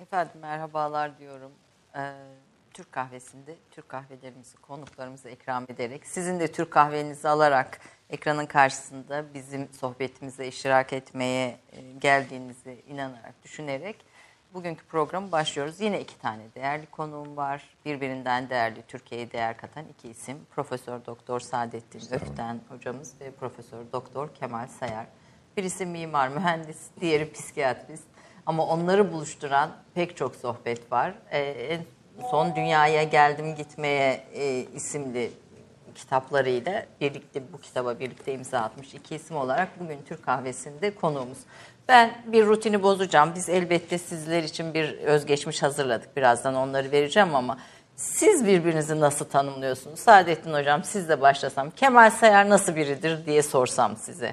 Efendim merhabalar diyorum. Türk kahvesinde Türk kahvelerimizi konuklarımıza ikram ederek sizin de Türk kahvenizi alarak ekranın karşısında bizim sohbetimize iştirak etmeye geldiğinizi inanarak düşünerek bugünkü programı başlıyoruz. Yine 2 tane değerli konuğum var. Birbirinden değerli, Türkiye'ye değer katan 2 isim. Profesör Doktor Saadettin Ökten hocamız ve Profesör Doktor Kemal Sayar. Birisi mimar, mühendis, diğeri psikiyatrist. Ama onları buluşturan pek çok sohbet var. En son Dünyaya Geldim Gitmeye isimli kitaplarıyla birlikte bu kitaba birlikte imza atmış 2 isim olarak bugün Türk Kahvesi'nde konuğumuz. Ben bir rutini bozacağım. Biz elbette sizler için bir özgeçmiş hazırladık. Birazdan onları vereceğim ama siz birbirinizi nasıl tanımlıyorsunuz? Saadettin Hocam sizle başlasam. Kemal Sayar nasıl biridir diye sorsam size.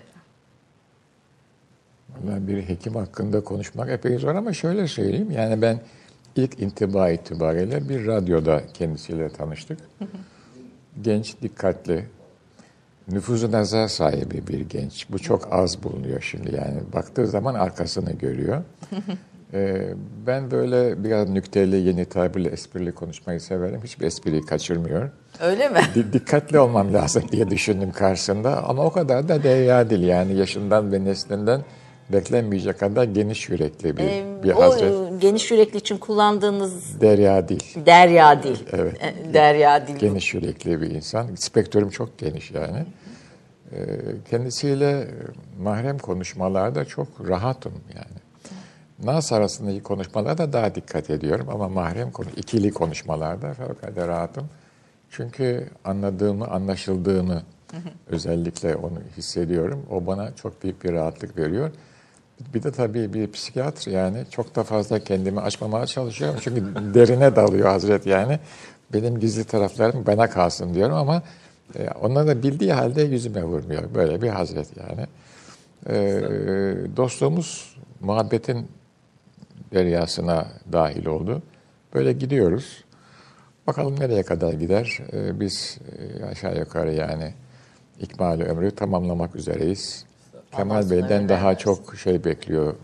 Vallahi bir hekim hakkında konuşmak epey zor ama şöyle söyleyeyim. Yani ben ilk intiba itibariyle bir radyoda kendisiyle tanıştık. Genç, dikkatli, nüfuzu nazar sahibi bir genç. Bu çok az bulunuyor şimdi yani. Baktığı zaman arkasını görüyor. Ben böyle biraz nükteli, yeni tabirle esprili konuşmayı severim. Hiçbir espriyi kaçırmıyor. Öyle mi? Dikkatli olmam lazım diye düşündüm karşısında. Ama o kadar da derya değil yani yaşından ve neslinden beklenmeyecek kadar geniş yürekli bir hazret. O geniş yürekli için kullandığınız... Derya değil. Derya değil. Evet. Derya değil. Geniş yürekli bir insan. Spektrum çok geniş yani. Kendisiyle mahrem konuşmalarda çok rahatım yani. Nas arasındaki konuşmalarda daha dikkat ediyorum ama mahrem ikili konuşmalarda fevkalade rahatım. Çünkü anladığımı, anlaşıldığımı özellikle onu hissediyorum. O bana çok büyük bir rahatlık veriyor. Bir de tabii bir psikiyatr yani çok da fazla kendimi açmamaya çalışıyorum. Çünkü derine dalıyor Hazret yani. Benim gizli taraflarım bana kalsın diyorum ama onlar da bildiği halde yüzüme vurmuyor. Böyle bir Hazret yani. Dostluğumuz muhabbetin deryasına dahil oldu. Böyle gidiyoruz. Bakalım nereye kadar gider. Biz aşağı yukarı yani ikmal-i ömrü tamamlamak üzereyiz. Kemal Bey'den daha çok şey bekliyor.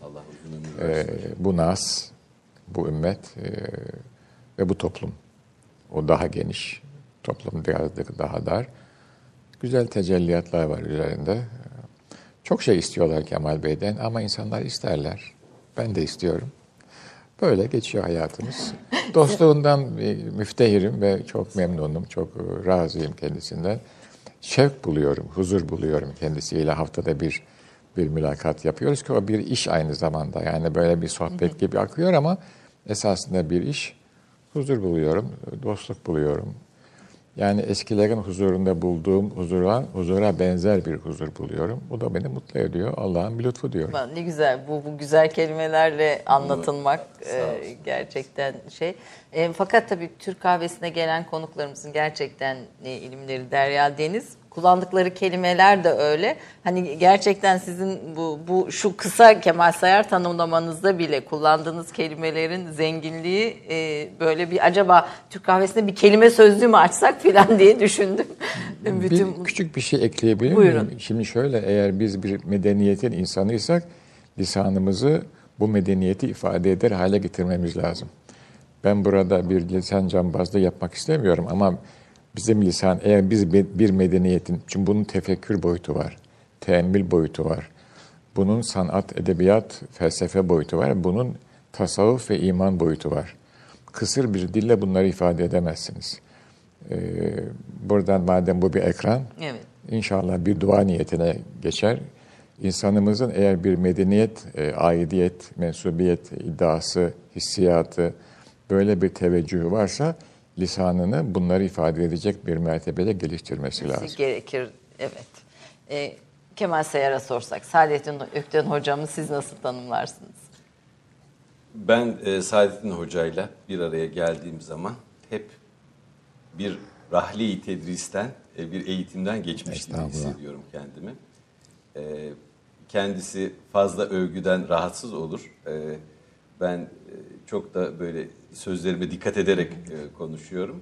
Bu nas, bu ümmet ve bu toplum. O daha geniş. Toplum biraz daha dar. Güzel tecelliyatlar var üzerinde. Çok şey istiyorlar Kemal Bey'den ama insanlar isterler. Ben de istiyorum. Böyle geçiyor hayatımız. Dostluğundan müftehirim ve çok memnunum, çok razıyım kendisinden. Şevk buluyorum, huzur buluyorum kendisiyle. Haftada bir mülakat yapıyoruz ki o bir iş aynı zamanda. Yani böyle bir sohbet gibi akıyor ama esasında bir iş. Huzur buluyorum, dostluk buluyorum. Yani eskilerin huzurunda bulduğum huzura benzer bir huzur buluyorum. Bu da beni mutlu ediyor. Allah'ın bir lütfu diyorum. Ne güzel. Bu güzel kelimelerle anlatılmak gerçekten şey. Fakat tabii Türk kahvesine gelen konuklarımızın gerçekten ilimleri derya deniz. Kullandıkları kelimeler de öyle. Hani gerçekten sizin bu şu kısa Kemal Sayar tanımlamanızda bile kullandığınız kelimelerin zenginliği böyle bir acaba Türk kahvesinde bir kelime sözlüğü mü açsak filan diye düşündüm. Küçük bir şey ekleyebilir miyim? Şimdi şöyle, eğer biz bir medeniyetin insanıysak lisanımızı bu medeniyeti ifade eder hale getirmemiz lazım. Ben burada bir lisan cambazlığı yapmak istemiyorum ama bizim lisan, eğer biz bir medeniyetin, çünkü bunun tefekkür boyutu var, teemmül boyutu var, bunun sanat, edebiyat, felsefe boyutu var, bunun tasavvuf ve iman boyutu var. Kısır bir dille bunları ifade edemezsiniz. Buradan madem bu bir ekran, evet, inşallah bir dua niyetine geçer. İnsanımızın eğer bir medeniyet, aidiyet, mensubiyet iddiası, hissiyatı, böyle bir teveccühü varsa lisanını bunları ifade edecek bir mertebede geliştirmesi lazım. Gerekir, evet. Kemal Sayar'a sorsak, Saadettin Ökten hocamı siz nasıl tanımlarsınız? Ben Saadettin Hoca'yla bir araya geldiğim zaman hep bir rahli-i tedristen, bir eğitimden geçmiş gibi hissediyorum kendimi. Kendisi fazla övgüden rahatsız olur. Ben çok da böyle sözlerime dikkat ederek konuşuyorum.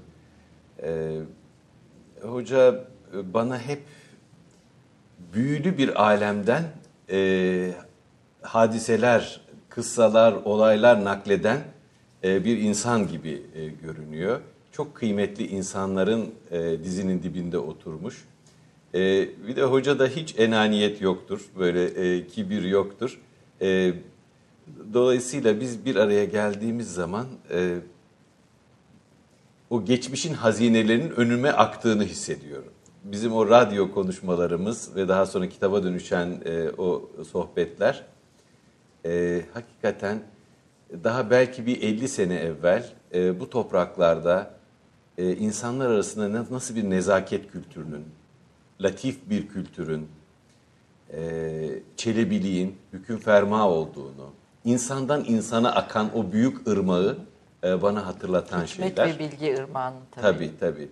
Hoca bana hep büyülü bir alemden hadiseler, kıssalar, olaylar nakleden bir insan gibi görünüyor. Çok kıymetli insanların dizinin dibinde oturmuş. Bir de hocada hiç enaniyet yoktur, böyle kibir yoktur. Dolayısıyla biz bir araya geldiğimiz zaman o geçmişin hazinelerinin önüme aktığını hissediyorum. Bizim o radyo konuşmalarımız ve daha sonra kitaba dönüşen o sohbetler hakikaten daha belki bir 50 sene evvel bu topraklarda insanlar arasında nasıl bir nezaket kültürünün, latif bir kültürün, çelebiliğin hüküm ferma olduğunu, insandan insana akan o büyük ırmağı bana hatırlatan Hikmet şeyler. ve bilgi ırmağını tabii. Tabii.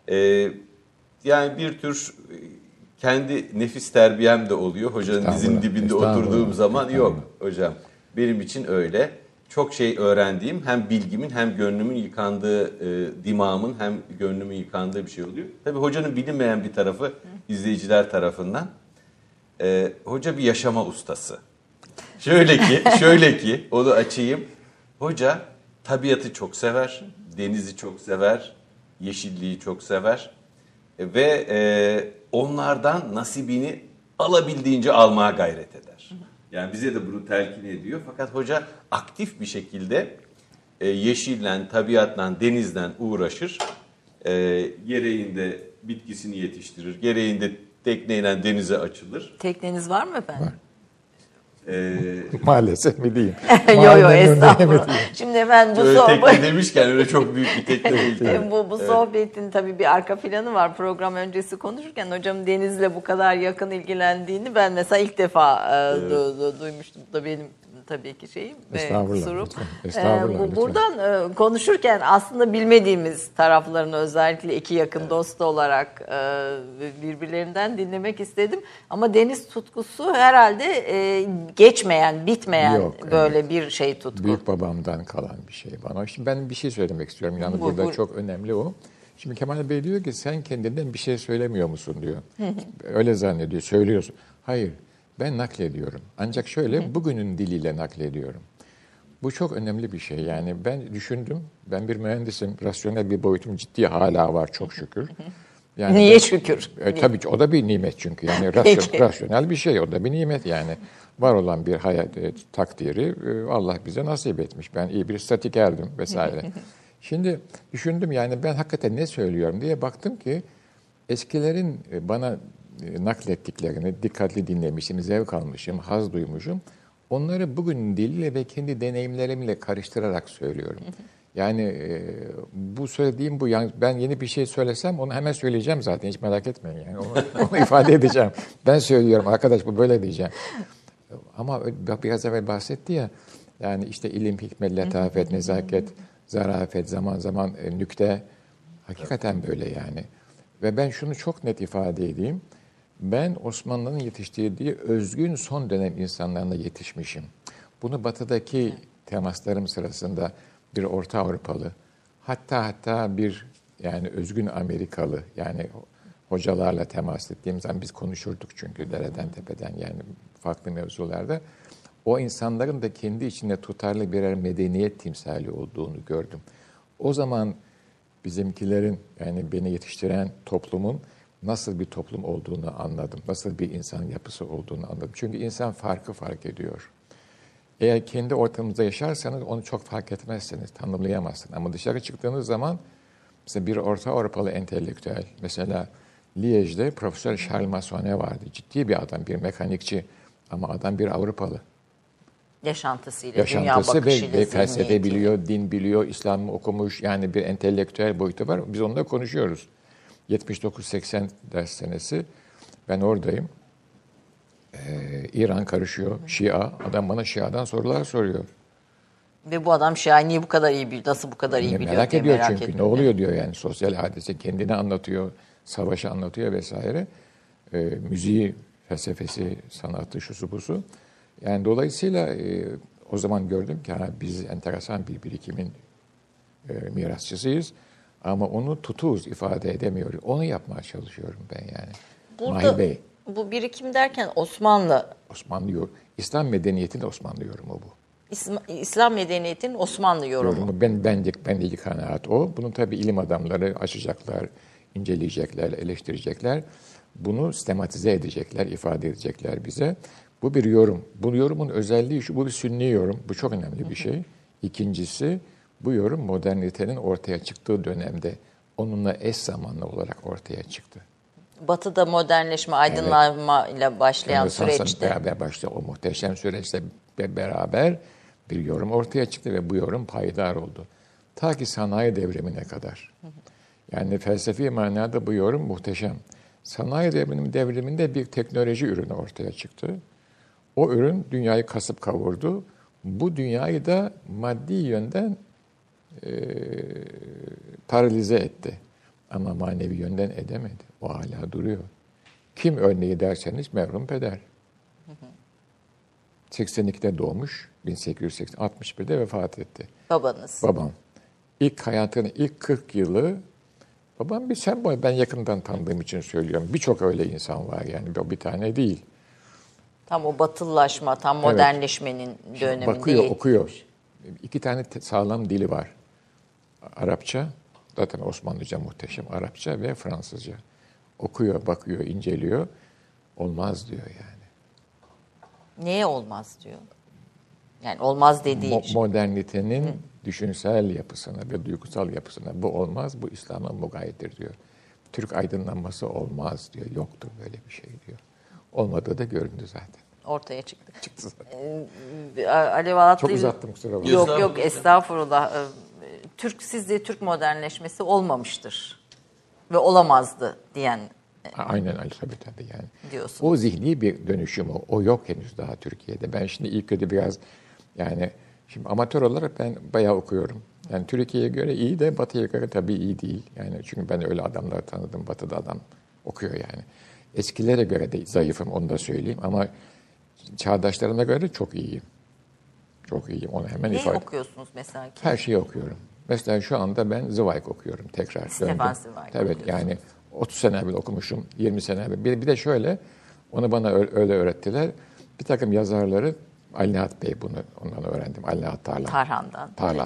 Yani bir tür kendi nefis terbiyem de oluyor. Hocanın dizinin dibinde oturduğum zaman yok hocam. Benim için öyle. Çok şey öğrendiğim, hem bilgimin hem gönlümün yıkandığı, dimağımın hem gönlümün yıkandığı bir şey oluyor. Tabii hocanın bilinmeyen bir tarafı izleyiciler tarafından. Hoca bir yaşama ustası. Şöyle ki onu açayım. Hoca tabiatı çok sever, denizi çok sever, yeşilliği çok sever ve onlardan nasibini alabildiğince almaya gayret eder. Yani bize de bunu telkin ediyor. Fakat hoca aktif bir şekilde yeşillen, tabiatla, denizden uğraşır. Gereğinde bitkisini yetiştirir, gereğinde tekneyle denize açılır. Tekneniz var mı efendim? Var. Maalesef mi diyeyim? Yok estağfurullah. Şimdi efendim bu tekne demişken öyle çok büyük bir tekne değil. bu sohbetin tabii bir arka planı var. Program öncesi konuşurken hocam denizle bu kadar yakın ilgilendiğini ben mesela ilk defa duymuştum. Bu da benim tabii ki şeyim. Estağfurullah. Estağfurullah. Buradan konuşurken aslında bilmediğimiz taraflarını özellikle iki yakın dost olarak birbirlerinden dinlemek istedim. Ama deniz tutkusu herhalde geçmeyen, bitmeyen böyle bir şey tutku. Büyük babamdan kalan bir şey bana. Şimdi ben bir şey söylemek istiyorum. Yani burada çok önemli o. Şimdi Kemal Bey diyor ki sen kendinden bir şey söylemiyor musun diyor. Öyle zannediyor, söylüyorsun. Hayır. Ben naklediyorum. Ancak şöyle bugünün diliyle naklediyorum. Bu çok önemli bir şey. Yani ben düşündüm. Ben bir mühendisim. Rasyonel bir boyutum ciddi hala var çok şükür. Yani niye şükür? Tabii ki o da bir nimet çünkü. Yani rasyonel bir şey. O da bir nimet yani. Var olan bir hayat takdiri Allah bize nasip etmiş. Ben iyi bir statikerdim vesaire. Şimdi düşündüm yani ben hakikaten ne söylüyorum diye baktım ki eskilerin bana naklettiklerini dikkatli dinlemişim, zevk almışım, haz duymuşum. Onları bugünün diliyle ve kendi deneyimlerimle karıştırarak söylüyorum. Yani bu söylediğim bu. Yani ben yeni bir şey söylesem onu hemen söyleyeceğim zaten. Hiç merak etmeyin yani. Onu ifade edeceğim. Ben söylüyorum arkadaş bu böyle diyeceğim. Ama biraz evvel bahsetti ya. Yani işte ilim, hikmet, letafet, nezaket, zarafet, zaman zaman nükte. Hakikaten böyle yani. Ve ben şunu çok net ifade edeyim. Ben Osmanlı'nın yetiştirdiği özgün son dönem insanlarına yetişmişim. Bunu batıdaki temaslarım sırasında bir Orta Avrupalı, hatta bir yani özgün Amerikalı, yani hocalarla temas ettiğim zaman biz konuşurduk çünkü dereden tepeden yani farklı mevzularda. O insanların da kendi içinde tutarlı birer medeniyet timsali olduğunu gördüm. O zaman bizimkilerin yani beni yetiştiren toplumun nasıl bir toplum olduğunu anladım. Nasıl bir insan yapısı olduğunu anladım. Çünkü insan fark ediyor. Eğer kendi ortamınızda yaşarsanız onu çok fark etmezsiniz, tanımlayamazsınız. Ama dışarı çıktığınız zaman mesela bir Orta Avrupalı entelektüel, mesela Liège'de Profesör Charles Massonnet vardı. Ciddi bir adam, bir mekanikçi ama adam bir Avrupalı. Yaşantısı dünya bakışıyla, ve felsefe biliyor, din biliyor, İslam'ı okumuş, yani bir entelektüel boyutu var. Biz onunla konuşuyoruz. 79-80 ders senesi. Ben oradayım. İran karışıyor, Şia. Adam bana Şia'dan sorular soruyor. Ve bu adam Şia'yı niye bu kadar iyi biliyor, nasıl bu kadar iyi biliyor merak ediyor çünkü. Ediyor. Ne oluyor diyor yani. Sosyal hadise kendini anlatıyor, savaşı anlatıyor vesaire. Müziği, felsefesi, sanatı, şusu busu. Yani dolayısıyla o zaman gördüm ki biz enteresan bir birikimin mirasçısıyız. Ama onu tutuz ifade edemiyoruz. Onu yapmaya çalışıyorum ben yani. Burada bu birikim derken Osmanlı diyor. İslam medeniyetinde Osmanlı yorumu bu. İslam medeniyetinin Osmanlı yorumu. Bendeki kanaat o. Bunu tabii ilim adamları açacaklar, inceleyecekler, eleştirecekler. Bunu sistematize edecekler, ifade edecekler bize. Bu bir yorum. Bu yorumun özelliği şu, bu bir sünni yorum. Bu çok önemli bir şey. İkincisi, bu yorum modernitenin ortaya çıktığı dönemde onunla eş zamanlı olarak ortaya çıktı. Batı'da modernleşme, aydınlanma ile başlayan süreçte. Beraber başlayan o muhteşem süreçte beraber bir yorum ortaya çıktı ve bu yorum payidar oldu. Ta ki sanayi devrimine kadar. Yani felsefi manada bu yorum muhteşem. Sanayi devriminde bir teknoloji ürünü ortaya çıktı. O ürün dünyayı kasıp kavurdu. Bu dünyayı da maddi yönden paralize etti. Ama manevi yönden edemedi. O hala duruyor. Kim örneği derseniz merhum peder. 82'de doğmuş, 1861'de vefat etti. Babanız. Babam. Hayatının ilk 40 yılı, babam bir sembol, ben yakından tanıdığım için söylüyorum. Birçok öyle insan var yani, o bir tane değil. Tam o batılılaşma, tam modernleşmenin döneminde bakıyor, okuyor. 2 tane sağlam dili var. Arapça, zaten Osmanlıca muhteşem, Arapça ve Fransızca. Okuyor, bakıyor, inceliyor. Olmaz diyor yani. Neye olmaz diyor? Yani olmaz dediği modernitenin düşünsel yapısına ve duygusal yapısına bu olmaz, bu İslam'a mugayittir diyor. Türk aydınlanması olmaz diyor, yoktur böyle bir şey diyor. Olmadığı da göründü zaten. Ortaya çıktı. Çıktı zaten. Alev Alatlı... Çok uzattım, kusura bakmayın. Yok estağfurullah. Sizce Türk modernleşmesi olmamıştır ve olamazdı diyen... Aynen tabii yani. Diyorsun. O zihni bir dönüşüm o yok henüz daha Türkiye'de. Ben şimdi ilk kötü biraz yani şimdi amatör olarak ben bayağı okuyorum. Yani Türkiye'ye göre iyi de Batı'ya göre tabii iyi değil. Yani çünkü ben öyle adamları tanıdım. Batı'da adam okuyor yani. Eskilere göre de zayıfım, onu da söyleyeyim ama çağdaşlarıma göre çok iyiyim. Çok iyiyim, onu hemen ifade edeyim. Ne okuyorsunuz mesela? Her şeyi okuyorum. Mesela şu anda ben Zweig okuyorum tekrar. Stefan Zweig. Evet yani 30 sene evvel okumuşum, 20 sene evvel. Bir de şöyle, onu bana öyle öğrettiler. Bir takım yazarları, Ali Nihat Bey ondan öğrendim. Ali Nihat Tarlan. Tarhan.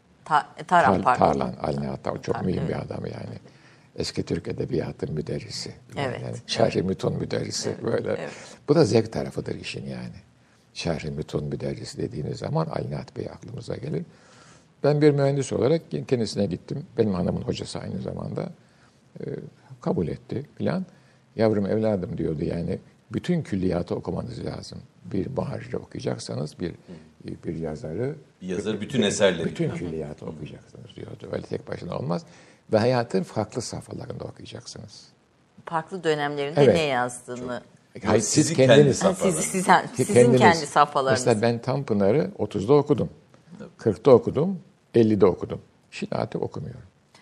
Tarlan, Ali Nihat Tarlan. Çok mühim bir adam yani. Eski Türk Edebiyatı'nın müderrisi. Evet. Yani Şerh-i Mütun müderrisi böyle. Evet. Bu da zevk tarafıdır işin yani. Şerh-i Mütun müderrisi dediğiniz zaman Ali Nihat Bey aklımıza gelir. Ben bir mühendis olarak kendisine gittim. Benim hanımın hocası aynı zamanda. Kabul etti filan. Yavrum evladım diyordu yani bütün külliyatı okumanız lazım. Bir muharriri okuyacaksanız bir yazarı. Bir yazar bütün eserleri. Bütün külliyatı okuyacaksınız diyordu. Öyle tek başına olmaz. Ve hayatın farklı safhalarında okuyacaksınız. Farklı dönemlerinde ne yazdığını. Hayır, siz kendiniz. Sizin kendi safhalarınız. Mesela ben Tanpınar'ı 30'da okudum. 40'ta okudum. 50'de okudum. Şimdi artık okumuyorum.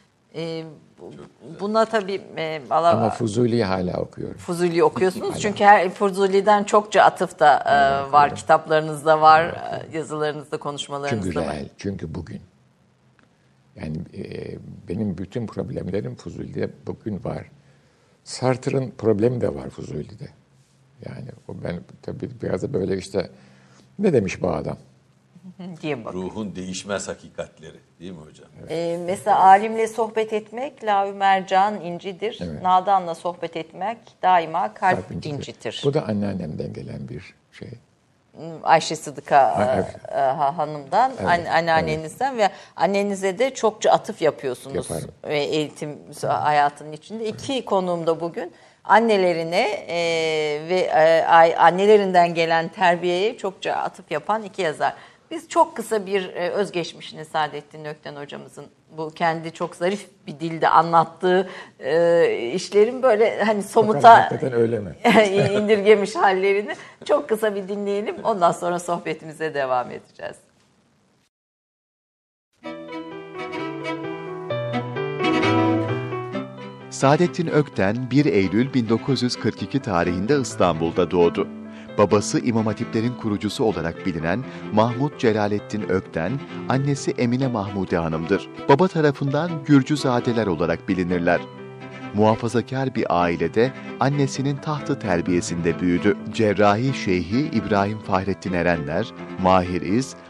Buna tabii... Ama Fuzuli'yi hala okuyorum. Fuzuli'yi okuyorsunuz çünkü Fuzuli'den çokça atıf da var, kitaplarınızda var, yazılarınızda, konuşmalarınızda var. Çünkü bugün. Yani benim bütün problemlerim Fuzuli'de bugün var. Sartre'ın problemi de var Fuzuli'de. Yani ben tabii biraz da böyle işte ne demiş bu adam? Ruhun değişmez hakikatleri değil mi hocam? Mesela alimle sohbet etmek lâv-i mercan incidir. Evet. Nadanla sohbet etmek daima kalp incitir. Bu da anneannemden gelen bir şey. Ayşe Sıdıka hanımdan, evet, anneannenizden, evet. Ve annenize de çokça atıf yapıyorsunuz. Ve eğitim hayatının içinde. 2 konuğum da bugün annelerine ve annelerinden gelen terbiyeye çokça atıf yapan 2 yazar. Biz çok kısa bir özgeçmişini Saadettin Ökten hocamızın bu kendi çok zarif bir dilde anlattığı işlerin böyle hani somuta öyle mi? indirgemiş hallerini çok kısa bir dinleyelim. Ondan sonra sohbetimize devam edeceğiz. Saadettin Ökten 1 Eylül 1942 tarihinde İstanbul'da doğdu. Babası İmam Hatiplerin kurucusu olarak bilinen Mahmud Celalettin Ökten, annesi Emine Mahmude Hanım'dır. Baba tarafından Gürcüzadeler olarak bilinirler. Muhafazakar bir ailede annesinin tahtı terbiyesinde büyüdü. Cerrahi Şeyhi İbrahim Fahrettin Erenler, Mahir İz,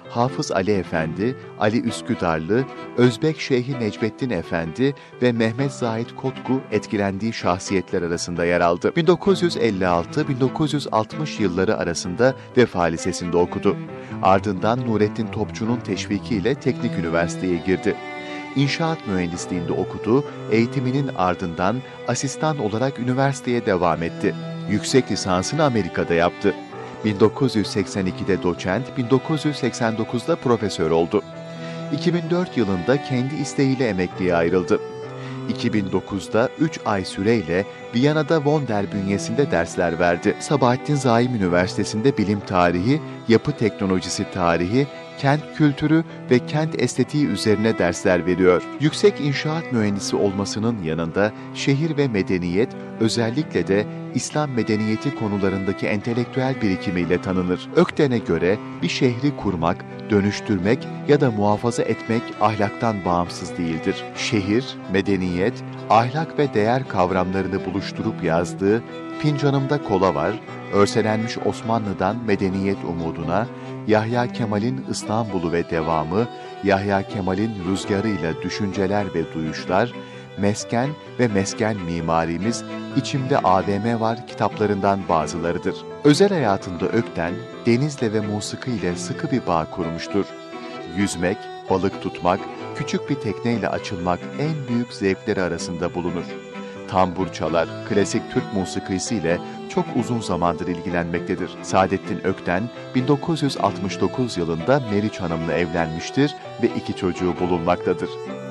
Hafız Ali Efendi, Ali Üsküdarlı, Özbek Şeyhi Necmettin Efendi ve Mehmet Zahid Kotku etkilendiği şahsiyetler arasında yer aldı. 1956-1960 yılları arasında Vefa Lisesi'nde okudu. Ardından Nurettin Topçu'nun teşvikiyle Teknik Üniversiteye girdi. İnşaat mühendisliğinde okudu, eğitiminin ardından asistan olarak üniversiteye devam etti. Yüksek lisansını Amerika'da yaptı. 1982'de doçent, 1989'da profesör oldu. 2004 yılında kendi isteğiyle emekliye ayrıldı. 2009'da 3 ay süreyle Viyana'da Wonder bünyesinde dersler verdi. Sabahattin Zaim Üniversitesi'nde bilim tarihi, yapı teknolojisi tarihi, kent kültürü ve kent estetiği üzerine dersler veriyor. Yüksek inşaat mühendisi olmasının yanında şehir ve medeniyet, özellikle de İslam medeniyeti konularındaki entelektüel birikimiyle tanınır. Ökten'e göre bir şehri kurmak, dönüştürmek ya da muhafaza etmek ahlaktan bağımsız değildir. Şehir, medeniyet, ahlak ve değer kavramlarını buluşturup yazdığı Fincanımda Kola var, örselenmiş Osmanlı'dan medeniyet umuduna, Yahya Kemal'in İstanbul'u ve devamı, Yahya Kemal'in rüzgarıyla düşünceler ve duyuşlar, Mesken ve Mesken mimarimiz, İçimde AVM var kitaplarından bazılarıdır. Özel hayatında Ökten, denizle ve musiki ile sıkı bir bağ kurmuştur. Yüzmek, balık tutmak, küçük bir tekneyle açılmak en büyük zevkleri arasında bulunur. Tambur çalar, klasik Türk musikisiyle çok uzun zamandır ilgilenmektedir. Saadettin Ökten, 1969 yılında Meriç Hanım'la evlenmiştir ve 2 çocuğu bulunmaktadır.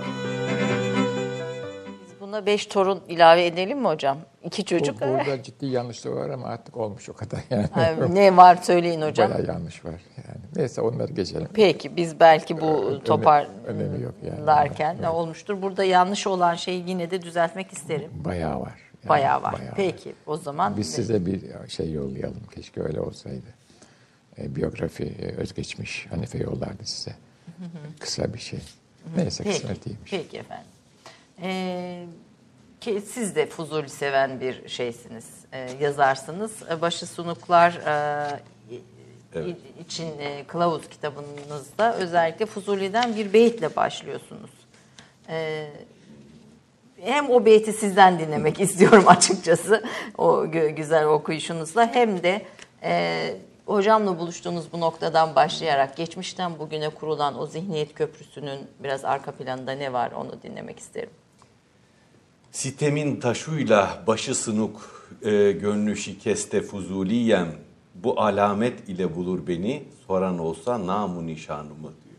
Biz buna 5 torun ilave edelim mi hocam? 2 çocuk. Burada ciddi yanlışlık var ama artık olmuş o kadar yani. Ne var söyleyin hocam. Bayağı yanlış var yani. Neyse onları geçelim. Peki biz belki bu önemi yok yani. Derken ne olmuştur? Burada yanlış olan şeyi yine de düzeltmek isterim. Bayağı var. Yani bayağı var. Bayağı Peki var. o zaman. Biz size bir şey yollayalım. Keşke öyle olsaydı. Biyografi, özgeçmiş Hanife yollardı size. Kısa bir şey. Neyse kısmet değilmiş. Peki efendim. Ki siz de Fuzuli seven bir şeysiniz, yazarsınız. Başı Sunuklar Evet. için kılavuz kitabınızda özellikle Fuzuli'den bir beyitle başlıyorsunuz. Hem o beyti sizden dinlemek istiyorum açıkçası o güzel okuyuşunuzla, hem de hocamla buluştuğunuz bu noktadan başlayarak geçmişten bugüne kurulan o zihniyet köprüsünün biraz arka planında ne var onu dinlemek isterim. Sitemin taşuyla başı sınuk, gönlü şikeste Fuzuliyem, bu alamet ile bulur beni, soran olsa namu nişanımı diyor.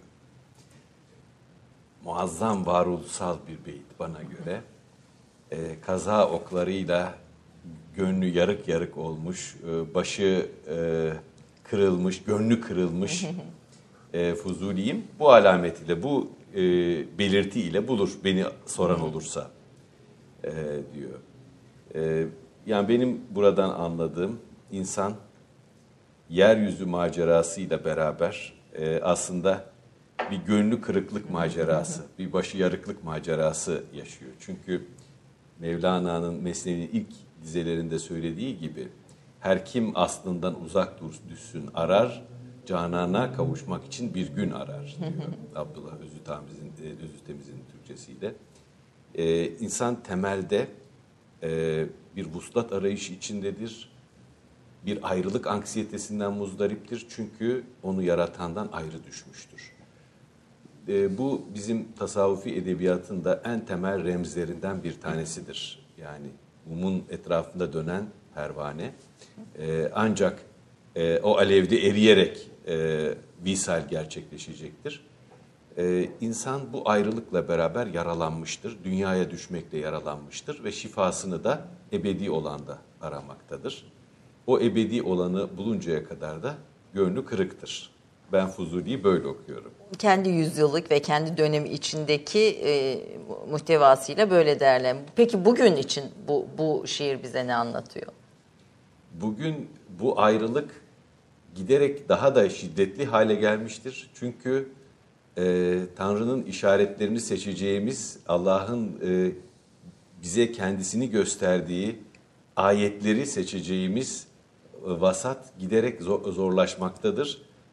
Muazzam varoluşsal bir beyit bana göre. Kaza oklarıyla gönlü yarık yarık olmuş, başı kırılmış, gönlü kırılmış Fuzuliyim. Bu alamet ile, bu belirti ile bulur beni soran olursa diyor. Yani benim buradan anladığım, insan yeryüzü macerasıyla beraber aslında bir gönlü kırıklık macerası, bir başı yarıklık macerası yaşıyor. Çünkü Mevlana'nın Mesnevi'nin ilk dizelerinde söylediği gibi, her kim aslından uzak düşsün arar, canana kavuşmak için bir gün arar diyor Abdullah Özütemiz'in Türkçesiyle. İnsan temelde bir vuslat arayışı içindedir. Bir ayrılık anksiyetesinden muzdariptir. Çünkü onu yaratandan ayrı düşmüştür. Bu bizim tasavvufi edebiyatın da en temel remzlerinden bir tanesidir. Yani mumun etrafında dönen pervane. Ancak o alevde eriyerek visal gerçekleşecektir. İnsan bu ayrılıkla beraber yaralanmıştır. Dünyaya düşmekle yaralanmıştır ve şifasını da ebedi olanda aramaktadır. O ebedi olanı buluncaya kadar da gönlü kırıktır. Ben Fuzuli'yi böyle okuyorum. Kendi yüzyıllık ve kendi dönemi içindeki muhtevasıyla böyle değerlendiriyor. Peki bugün için bu şiir bize ne anlatıyor? Bugün bu ayrılık giderek daha da şiddetli hale gelmiştir. Çünkü Tanrı'nın işaretlerini seçeceğimiz, Allah'ın bize kendisini gösterdiği ayetleri seçeceğimiz vasat giderek zorlaşmaktadır.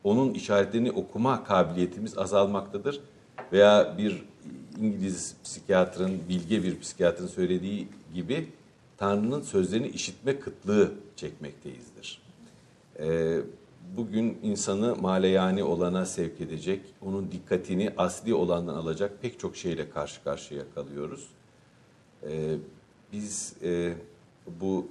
onun işaretlerini okuma kabiliyetimiz azalmaktadır. Veya bir İngiliz psikiyatrın, bilge bir psikiyatrın söylediği gibi Tanrı'nın sözlerini işitme kıtlığı çekmekteyizdir. Bugün insanı maleyani olana sevk edecek, onun dikkatini asli olandan alacak pek çok şeyle karşı karşıya kalıyoruz. Biz bu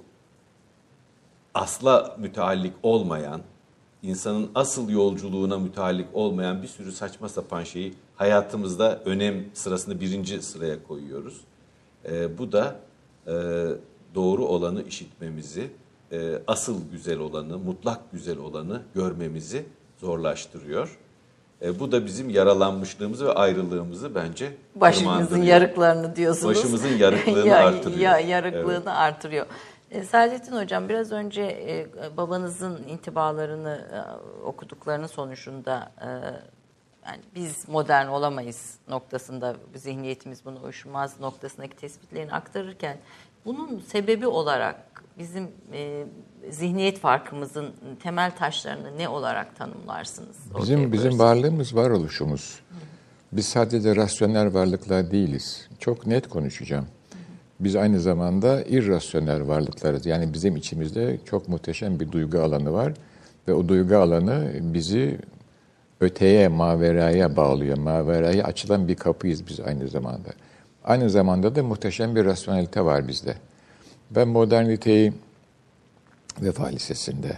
asla müteallik olmayan, insanın asıl yolculuğuna müteallik olmayan bir sürü saçma sapan şeyi hayatımızda önem sırasında birinci sıraya koyuyoruz. Bu da doğru olanı işitmemizi, asıl güzel olanı, mutlak güzel olanı görmemizi zorlaştırıyor. Bu da bizim yaralanmışlığımızı ve ayrılığımızı bence başımızın yarıklarını diyorsunuz. Başımızın yarıklığını artırıyor. Yarıklığını artırıyor. Saadettin Hocam, biraz önce babanızın intibalarını okuduklarının sonucunda yani biz modern olamayız noktasında, zihniyetimiz buna uyuşmaz noktasındaki tespitlerini aktarırken bunun sebebi olarak bizim zihniyet farkımızın temel taşlarını ne olarak tanımlarsınız? Bizim varlığımız, varoluşumuz. Biz sadece rasyonel varlıklar değiliz. Çok net konuşacağım. Biz aynı zamanda irrasyonel varlıklarız. Yani bizim içimizde çok muhteşem bir duygu alanı var ve o duygu alanı bizi öteye, maveraya bağlıyor. Maveraya açılan bir kapıyız biz aynı zamanda. Aynı zamanda da muhteşem bir rasyonelite var bizde. Ben moderniteyi Vefa Lisesi'nde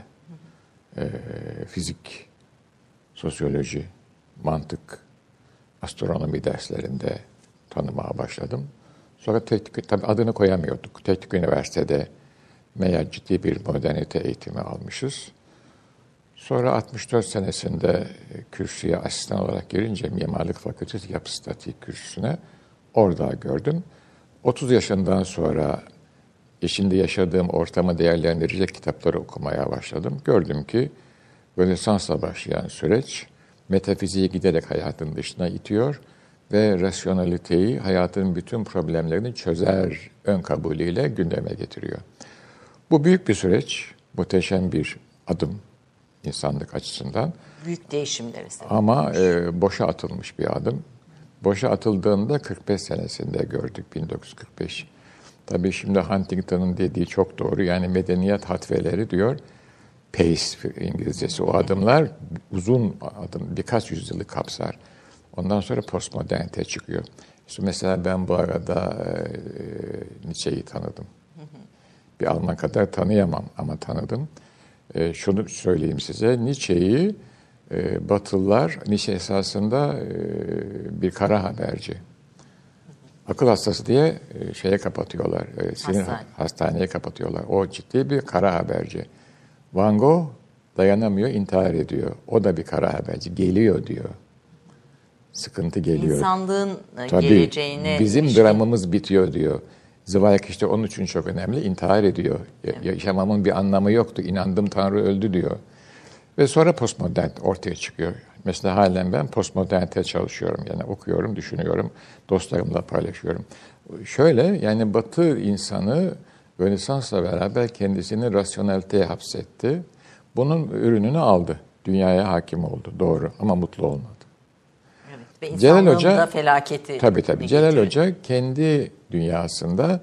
fizik, sosyoloji, mantık, astronomi derslerinde tanımaya başladım. Sonra tabii adını koyamıyorduk. Teknik Üniversitede meğer ciddi bir modernite eğitimi almışız. Sonra 64 senesinde kürsüye asistan olarak girince Mimarlık Fakültesi Yapı Statiği kürsüsüne orada gördüm. 30 yaşından sonra içinde yaşadığım ortamı değerlendirecek kitapları okumaya başladım. Gördüm ki Rönesans'la başlayan süreç metafiziği giderek hayatın dışına itiyor ve rasyonaliteyi hayatın bütün problemlerini çözer ön kabulüyle gündeme getiriyor. Bu büyük bir süreç, muhteşem bir adım insanlık açısından. Büyük değişimleri sebep. Ama boşa atılmış bir adım. Boşa atıldığında 45 senesinde gördük, 1945. Tabii şimdi Huntington'ın dediği çok doğru. Yani medeniyet hatveleri diyor. Pace İngilizcesi. O adımlar uzun adım, birkaç yüzyılı kapsar. Ondan sonra postmodernite çıkıyor. İşte mesela ben bu arada Nietzsche'yi tanıdım. Bir Alman kadar tanıyamam ama tanıdım. Şunu söyleyeyim size. Nietzsche'yi Batılılar, Nietzsche esasında bir kara haberci. Akıl hastası diye şeye kapatıyorlar. Hastaneye kapatıyorlar. O ciddi bir kara haberci. Van Gogh dayanamıyor, intihar ediyor. O da bir kara haberci. Geliyor diyor. Sıkıntı geliyor. İnsanlığın tabii, geleceğine... bizim dramımız bitiyor diyor. Zweig işte onun için çok önemli. İntihar ediyor. Evet. Yaşamamın bir anlamı yoktu. İnandım Tanrı öldü diyor. Ve sonra postmodern ortaya çıkıyor. Mesela halen ben postmodernite çalışıyorum. Yani okuyorum, düşünüyorum, dostlarımla paylaşıyorum. Şöyle, yani Batı insanı Rönesans'la beraber kendisini rasyoneliteye hapsetti. Bunun ürününü aldı. Dünyaya hakim oldu. Doğru ama mutlu olmadı. Evet, ve insanlığın da felaketi. Tabii. Celal Hoca kendi dünyasında,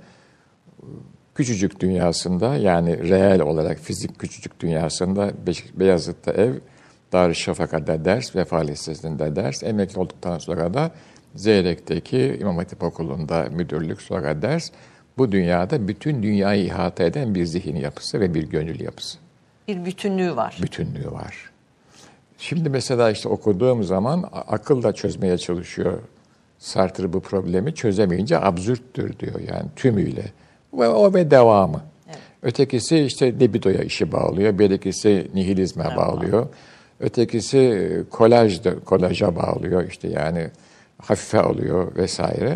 küçücük dünyasında, yani reel olarak fizik küçücük dünyasında Beyazıt'ta ev, Darüşşafaka'da ders, Vefa Lisesi'nde ders, emekli olduktan sonra da Zeyrek'teki İmam Hatip Okulu'nda müdürlük, sonra ders. Bu dünyada bütün dünyayı ihata eden bir zihin yapısı ve bir gönül yapısı. Bir bütünlüğü var. Bütünlüğü var. Şimdi mesela işte okuduğum zaman akıl da çözmeye çalışıyor. Sartre bu problemi çözemeyince absürttür diyor, yani tümüyle. Ve devamı. Evet. Ötekisi işte libidoya işi bağlıyor. Birikisi nihilizme bağlıyor. Ötekisi kolaja bağlıyor. İşte yani hafife alıyor vesaire.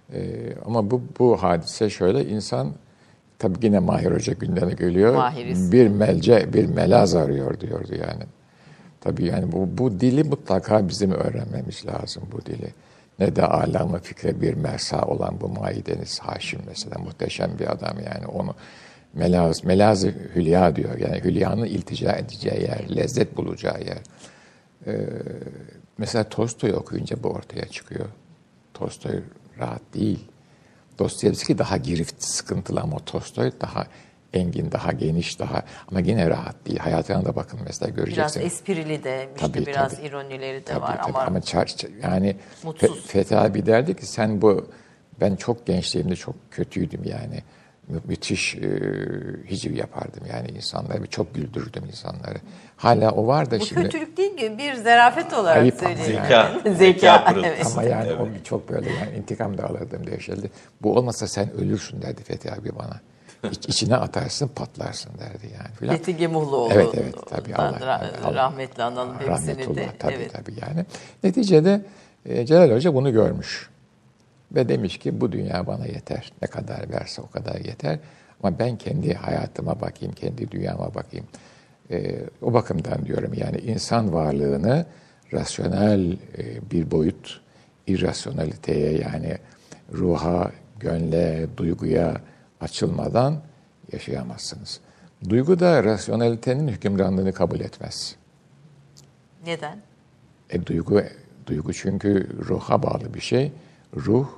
Ama bu hadise şöyle, insan tabii yine Mahir Hoca gündeme geliyor. Mahiriz. Bir melaz arıyor diyordu yani. Tabii yani bu dili mutlaka bizim öğrenmemiz lazım, bu dili. Ne de alem-i fikre bir mersa olan bu Maideniz Haşim mesela, muhteşem bir adam yani, onu melaz-ı hülya diyor. Yani hülyanın iltica edeceği yer, lezzet bulacağı yer. mesela Tolstoy okuyunca bu ortaya çıkıyor. Tolstoy rahat değil. Dostoyevski daha girift, sıkıntılı ama Tolstoy daha engin, daha geniş, daha ama yine rahat değil. Hayatına da bakın mesela göreceksiniz. Biraz esprili de, işte biraz ironileri de var ama yani mutsuz. Fethi abi derdi ki ben çok gençliğimde çok kötüydüm yani. Müthiş hiciv yapardım yani insanları, çok güldürürdüm insanları. Hala o var da bu şimdi. Bu kötülük değil ki, bir zarafet olarak Ayıp söyleyeyim. Zeka Evet. Ama yani o çok böyle yani intikam da alırdım dehşetli. Bu olmasa sen ölürsün derdi Fethi abi bana. İçine atarsın patlarsın derdi yani filan. Fethi Gemuhluoğlu. Evet tabii Allah rahmetli analım hepsini de. Tabii yani. Neticede Celal Hoca bunu görmüş. Ve demiş ki bu dünya bana yeter. Ne kadar verse o kadar yeter. Ama ben kendi hayatıma bakayım, kendi dünyama bakayım. O bakımdan diyorum yani insan varlığını rasyonel bir boyut, irrasyonaliteye yani ruha, gönle, duyguya açılmadan yaşayamazsınız. Duygu da rasyonelitenin hükümranlığını kabul etmez. Neden? Duygu çünkü ruha bağlı bir şey. Ruh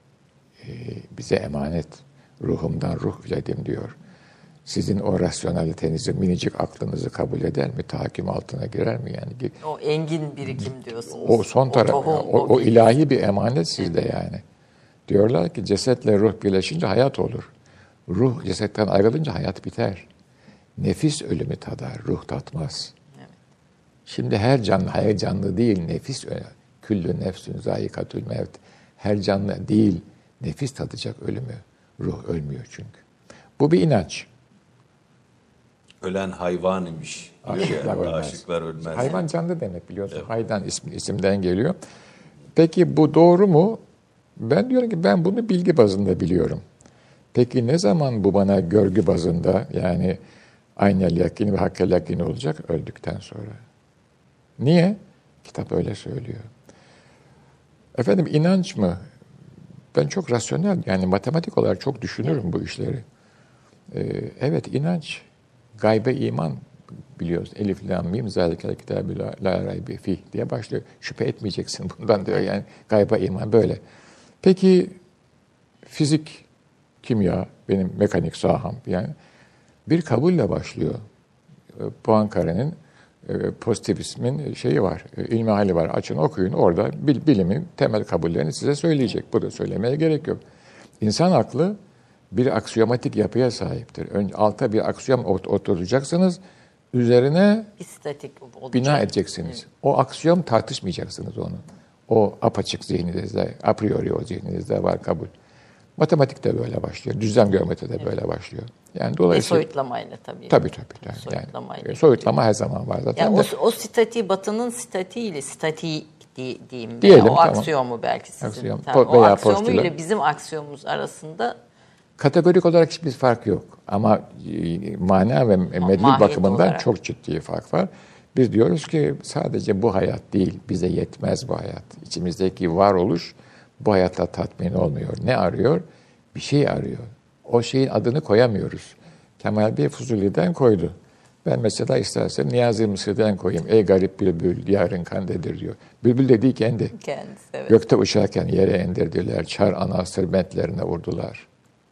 bize emanet. Ruhumdan ruh üledim diyor. Sizin o rasyonalitenizi, minicik aklınızı kabul eder mi? Tahakküm altına girer mi? Yani o engin birikim diyorsunuz. O son taraf, o ilahi bir emanet sizde yani. Diyorlar ki cesetle ruh birleşince hayat olur. Ruh cesetten ayrılınca hayat biter. Nefis ölümü tadar, ruh tatmaz. Evet. Şimdi her canlı değil, nefis küllü nefsün zâikatül mevt. Her canlı değil, nefis tadacak ölümü. Ruh ölmüyor çünkü. Bu bir inanç. Ölen hayvan imiş. Aşıklar ölmez. Hayvan canlı demek biliyorsun. Evet. Haydan isimden geliyor. Peki bu doğru mu? Ben diyorum ki ben bunu bilgi bazında biliyorum. Peki ne zaman bu bana görgü bazında yani aynel yakin ve hakkel yakin olacak? Öldükten sonra. Niye? Kitap öyle söylüyor. Efendim inanç mı? Ben çok rasyonel yani matematik olarak çok düşünürüm bu işleri. Evet inanç, gaybe iman biliyoruz. Elif, lam, mim, zâlikel kitâbü lâ raybe fîh diye başlıyor. Şüphe etmeyeceksin bundan diyor yani gaybe iman böyle. Peki fizik, kimya, benim mekanik saham yani bir kabulle başlıyor. Poincaré'nin pozitivizmin şeyi var, ilmihali var. Açın okuyun orada bilimin temel kabullerini size söyleyecek. Burada söylemeye gerek yok. İnsan aklı bir aksiyomatik yapıya sahiptir. Önce alta bir aksiyom oturacaksınız, üzerine bina edeceksiniz. Evet. O aksiyom tartışmayacaksınız onu. O apaçık zihninizde, a priori o zihninizde var kabul. Matematik de böyle başlıyor, düzlem geometri de böyle başlıyor. Yani dolayısıyla soyutlamayla tabii. Tabii. Yani, soyutlama her zaman var zaten. Yani o statiği, Batı'nın statiğiyle, statik diyeyim. Diyelim, o tamam. Aksiyomu belki sizin. Aksiyon. O aksiyomu ile bizim aksiyomumuz arasında kategorik olarak hiçbir fark yok. Ama mana ve medlul bakımından olarak çok ciddi fark var. Biz diyoruz ki sadece bu hayat değil, bize yetmez bu hayat. İçimizdeki varoluş bu hayatta tatmin olmuyor. Ne arıyor? Bir şey arıyor. O şeyin adını koyamıyoruz. Kemal Bey Fuzuli'den koydu. Ben mesela istersen Niyazi Mısır'dan koyayım. Ey garip bülbül, yarın kandedir diyor. Bülbül dediği kendi. Kendisi, evet. Gökte uçarken yere indirdiler. Çar anasır bentlerine vurdular.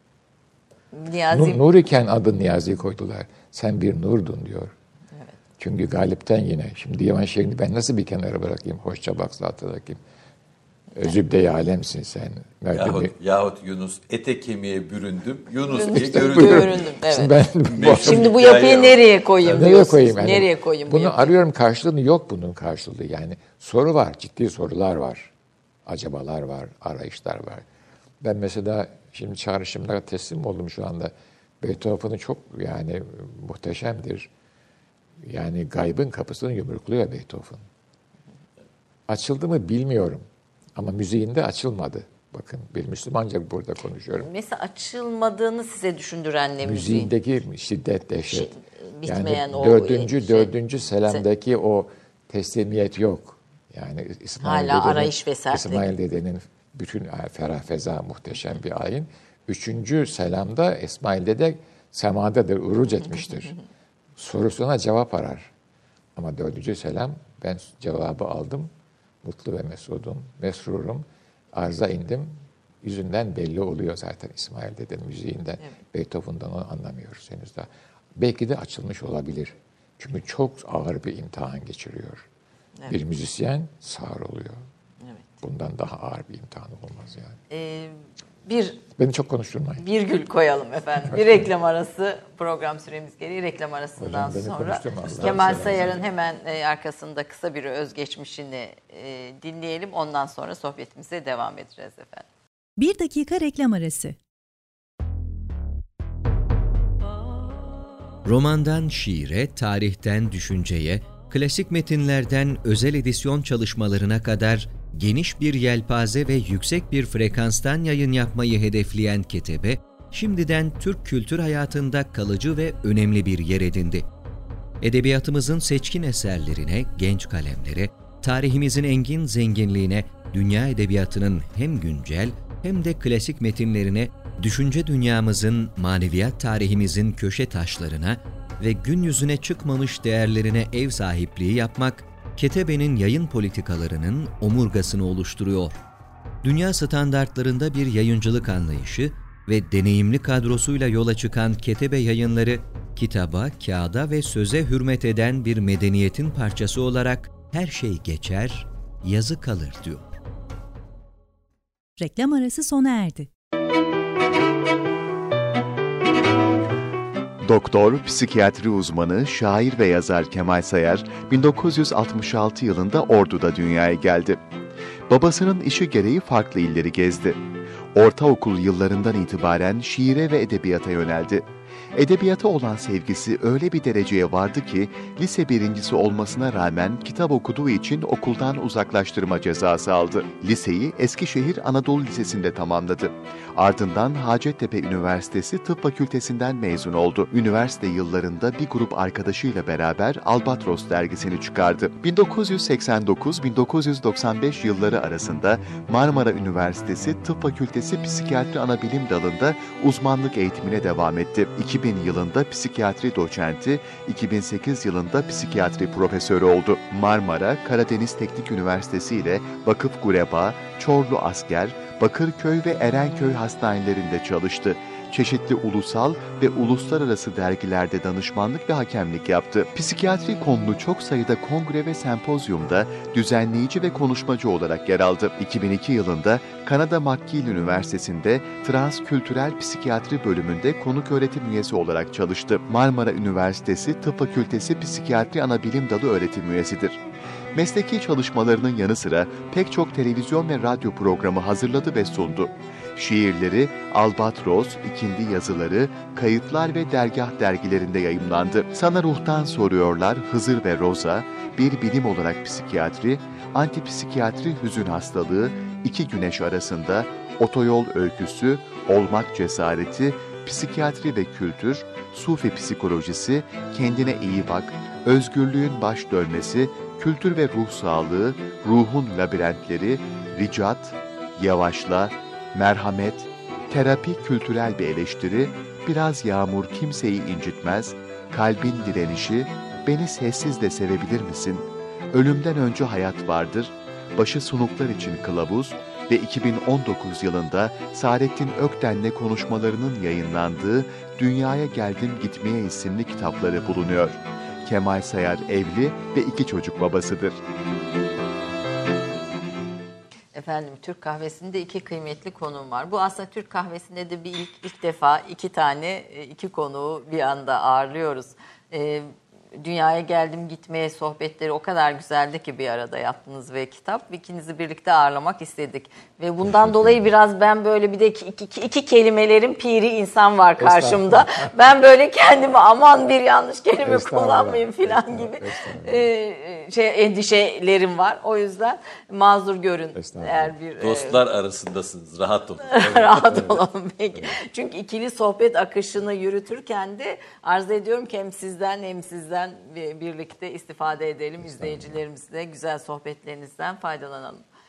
Nur iken adı Niyazi koydular. Sen bir nurdun diyor. Evet. Çünkü galipten yine. Şimdi divan şehrini ben nasıl bir kenara bırakayım? Hoşça bak zaten. Zübde-i alemsin sen. Yahut Yunus ete kemiğe büründüm. Yunus diye işte göründüm. Evet. Şimdi bu yapıyı nereye koyayım diyorsunuz. Yani, nereye koyayım? Bunu arıyorum karşılığını yok bunun karşılığı. Yani soru var, ciddi sorular var. Acabalar var, arayışlar var. Ben mesela şimdi çağrışımlara teslim oldum şu anda. Beethoven'ı çok yani muhteşemdir. Yani gaybın kapısını yumrukluyor Beethoven. Açıldı mı bilmiyorum. Ama müziğinde açılmadı. Bakın bir Müslümanca burada konuşuyorum. Mesela açılmadığını size düşündüren ne müziğin? Müziğindeki şiddet, dehşet. Bitmeyen yani o dördüncü selamdaki o teslimiyet yok. Yani hala arayış ve sertlik. İsmail dedenin bütün ferah feza muhteşem bir ayin. Üçüncü selamda İsmail dede semadadır, uruc etmiştir. Sorusuna cevap arar. Ama dördüncü selam Ben cevabı aldım. Mutlu ve mesudum, mesrurum. Arza indim. Yüzünden belli oluyor zaten İsmail dedenin müziğinden. Evet. Beethoven'dan onu anlamıyoruz henüz daha. Belki de açılmış olabilir. Çünkü çok ağır bir imtihan geçiriyor. Evet. Bir müzisyen sağır oluyor. Evet. Bundan daha ağır bir imtihan olmaz yani. Beni çok konuşturmayın. Virgül koyalım efendim. Bir reklam arası, program süremiz gereği. Reklam arasından sonra Kemal Sayar'ın hemen arkasında kısa bir özgeçmişini dinleyelim. Ondan sonra sohbetimize devam edeceğiz efendim. 1 dakika reklam arası. Romandan şiire, tarihten düşünceye, klasik metinlerden özel edisyon çalışmalarına kadar geniş bir yelpaze ve yüksek bir frekanstan yayın yapmayı hedefleyen Ketebe, şimdiden Türk kültür hayatında kalıcı ve önemli bir yer edindi. Edebiyatımızın seçkin eserlerine, genç kalemlere, tarihimizin engin zenginliğine, dünya edebiyatının hem güncel hem de klasik metinlerine, düşünce dünyamızın, maneviyat tarihimizin köşe taşlarına ve gün yüzüne çıkmamış değerlerine ev sahipliği yapmak, Ketebe'nin yayın politikalarının omurgasını oluşturuyor. Dünya standartlarında bir yayıncılık anlayışı ve deneyimli kadrosuyla yola çıkan Ketebe Yayınları, kitaba, kağıda ve söze hürmet eden bir medeniyetin parçası olarak her şey geçer, yazı kalır diyor. Reklam arası sona erdi. Doktor, psikiyatri uzmanı, şair ve yazar Kemal Sayar, 1966 yılında Ordu'da dünyaya geldi. Babasının işi gereği farklı illeri gezdi. Ortaokul yıllarından itibaren şiire ve edebiyata yöneldi. Edebiyata olan sevgisi öyle bir dereceye vardı ki, lise birincisi olmasına rağmen kitap okuduğu için okuldan uzaklaştırma cezası aldı. Liseyi Eskişehir Anadolu Lisesi'nde tamamladı. Ardından Hacettepe Üniversitesi Tıp Fakültesinden mezun oldu. Üniversite yıllarında bir grup arkadaşıyla beraber Albatros dergisini çıkardı. 1989-1995 yılları arasında Marmara Üniversitesi Tıp Fakültesi Psikiyatri Anabilim Dalı'nda uzmanlık eğitimine devam etti. 2000 yılında psikiyatri doçenti, 2008 yılında psikiyatri profesörü oldu. Marmara, Karadeniz Teknik Üniversitesi ile Vakıf Gureba, Çorlu Asker, Bakırköy ve Erenköy hastanelerinde çalıştı. Çeşitli ulusal ve uluslararası dergilerde danışmanlık ve hakemlik yaptı. Psikiyatri konulu çok sayıda kongre ve sempozyumda düzenleyici ve konuşmacı olarak yer aldı. 2002 yılında Kanada McGill Üniversitesi'nde Transkültürel Psikiyatri bölümünde konuk öğretim üyesi olarak çalıştı. Marmara Üniversitesi Tıp Fakültesi Psikiyatri Anabilim Dalı öğretim üyesidir. Mesleki çalışmalarının yanı sıra pek çok televizyon ve radyo programı hazırladı ve sundu. Şiirleri Albatros, İkindi yazıları, Kayıtlar ve Dergah dergilerinde yayımlandı. Sana Ruhtan Soruyorlar, Hızır ve Roza, Bir Bilim Olarak Psikiyatri, Antipsikiyatri Hüzün Hastalığı, İki Güneş Arasında, Otoyol Öyküsü, Olmak Cesareti, Psikiyatri ve Kültür, Sufi Psikolojisi, Kendine İyi Bak, Özgürlüğün Baş Dönmesi, Kültür ve Ruh Sağlığı, Ruhun Labirentleri, Ricat, Yavaşla, Merhamet, Terapi Kültürel bir Eleştiri, Biraz Yağmur Kimseyi İncitmez, Kalbin Direnişi, Beni Sessiz de Sevebilir Misin, Ölümden Önce Hayat Vardır, Başı Sunuklar için Kılavuz ve 2019 yılında Saadettin Ökten'le konuşmalarının yayınlandığı Dünyaya Geldim Gitmeye isimli kitapları bulunuyor. Kemal Sayar evli ve 2 çocuk babasıdır. Efendim, Türk kahvesinde 2 kıymetli konuğum var. Bu aslında Türk kahvesinde de ilk defa 2 konuğu bir anda ağırlıyoruz. Dünyaya Geldim Gitmeye sohbetleri o kadar güzeldi ki bir arada yaptınız ve kitap. İkinizi birlikte ağırlamak istedik. Ve bundan dolayı biraz ben böyle bir de iki kelimelerin piri insan var karşımda. Ben böyle kendimi aman bir yanlış kelime kullanmayayım falan gibi endişelerim var. O yüzden mazur görün. Eğer bir dostlar arasındasınız. Rahat olun. Rahat olalım peki. Çünkü ikili sohbet akışını yürütürken de arz ediyorum ki hem sizden hem sizden birlikte istifade edelim. İzleyicilerimizle güzel sohbetlerinizden faydalanalım.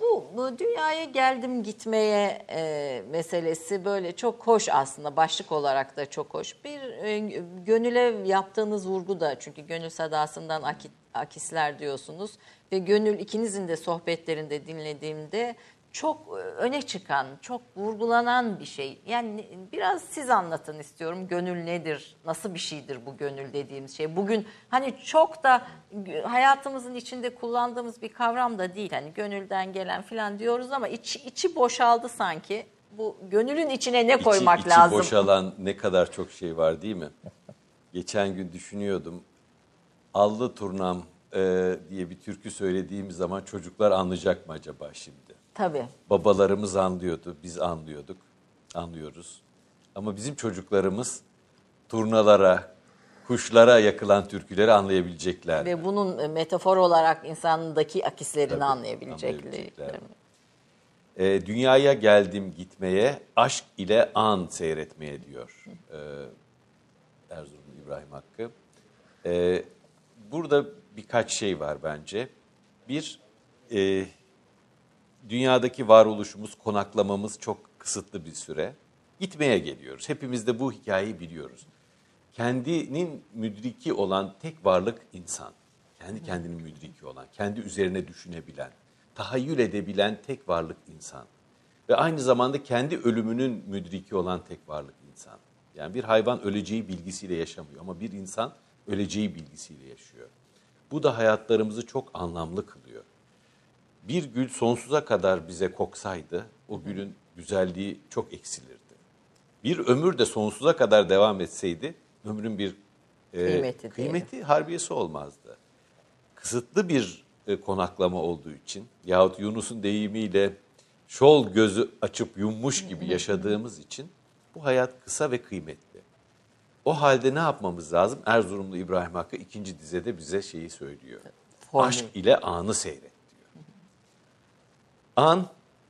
Bu dünyaya geldim gitmeye meselesi böyle çok hoş aslında. Başlık olarak da çok hoş. Bir gönüle yaptığınız vurgu da, çünkü gönül sadasından akisler diyorsunuz. Ve gönül, ikinizin de sohbetlerinde dinlediğimde çok öne çıkan, çok vurgulanan bir şey. Yani biraz siz anlatın istiyorum. Gönül nedir? Nasıl bir şeydir bu gönül dediğimiz şey? Bugün hani çok da hayatımızın içinde kullandığımız bir kavram da değil. Hani gönülden gelen falan diyoruz ama içi boşaldı sanki. Bu gönülün içine ne koymak lazım? İçi boşalan ne kadar çok şey var değil mi? Geçen gün düşünüyordum. Allı turnam diye bir türkü söylediğim zaman çocuklar anlayacak mı acaba şimdi? Tabii. Babalarımız anlıyordu, biz anlıyoruz. Ama bizim çocuklarımız turnalara, kuşlara yakılan türküleri anlayabilecekler. Ve bunun metafor olarak insandaki akislerini anlayabilecekler. Dünyaya geldim gitmeye, aşk ile an seyretmeye diyor Erzurumlu İbrahim Hakkı. Burada birkaç şey var bence. Bir, dünyadaki varoluşumuz, konaklamamız çok kısıtlı bir süre. Gitmeye geliyoruz. Hepimiz de bu hikayeyi biliyoruz. Kendinin müdriki olan tek varlık insan. Kendi kendinin müdriki olan, kendi üzerine düşünebilen, tahayyül edebilen tek varlık insan. Ve aynı zamanda kendi ölümünün müdriki olan tek varlık insan. Yani bir hayvan öleceği bilgisiyle yaşamıyor ama bir insan öleceği bilgisiyle yaşıyor. Bu da hayatlarımızı çok anlamlı kılıyor. Bir gül sonsuza kadar bize koksaydı, o gülün güzelliği çok eksilirdi. Bir ömür de sonsuza kadar devam etseydi, ömrün bir kıymeti, harbiyesi olmazdı. Kısıtlı bir konaklama olduğu için, yahut Yunus'un deyimiyle şol gözü açıp yummuş gibi yaşadığımız için, bu hayat kısa ve kıymetli. O halde ne yapmamız lazım? Erzurumlu İbrahim Hakkı 2. dizede bize şeyi söylüyor. Aşk ile anı seyret diyor. An,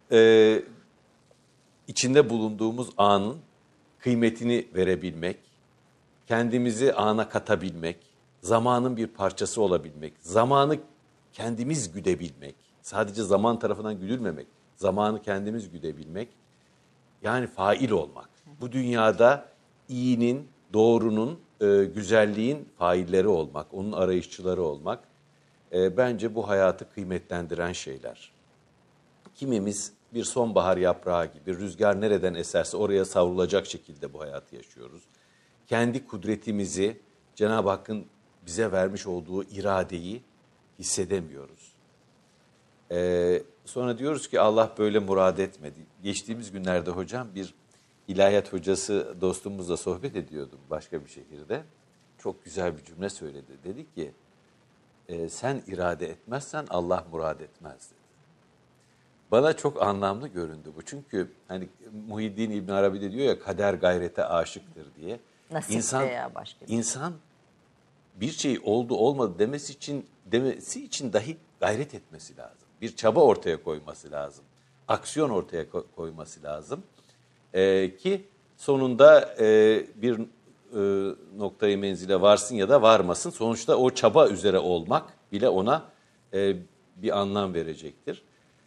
içinde bulunduğumuz anın kıymetini verebilmek, kendimizi ana katabilmek, zamanın bir parçası olabilmek, zamanı kendimiz güdebilmek, sadece zaman tarafından güdülmemek, zamanı kendimiz güdebilmek, yani fail olmak. Bu dünyada iyinin, doğrunun, güzelliğin failleri olmak, onun arayışçıları olmak, bence bu hayatı kıymetlendiren şeyler. Kimimiz bir sonbahar yaprağı gibi rüzgar nereden eserse oraya savrulacak şekilde bu hayatı yaşıyoruz. Kendi kudretimizi, Cenab-ı Hakk'ın bize vermiş olduğu iradeyi hissedemiyoruz. Sonra diyoruz ki Allah böyle murad etmedi. Geçtiğimiz günlerde hocam bir ilahiyat hocası dostumuzla sohbet ediyordum başka bir şehirde. Çok güzel bir cümle söyledi. Dedi ki sen irade etmezsen Allah murad etmez dedi. Bana çok anlamlı göründü bu. Çünkü hani Muhyiddin İbn Arabi de diyor ya kader gayrete aşıktır diye. Nasip veya başka bir şey. İnsan bir şey oldu olmadı demesi için dahi gayret etmesi lazım. Bir çaba ortaya koyması lazım. Aksiyon ortaya koyması lazım. Ki sonunda bir noktaya menzile varsın ya da varmasın. Sonuçta o çaba üzere olmak bile ona bir anlam verecektir.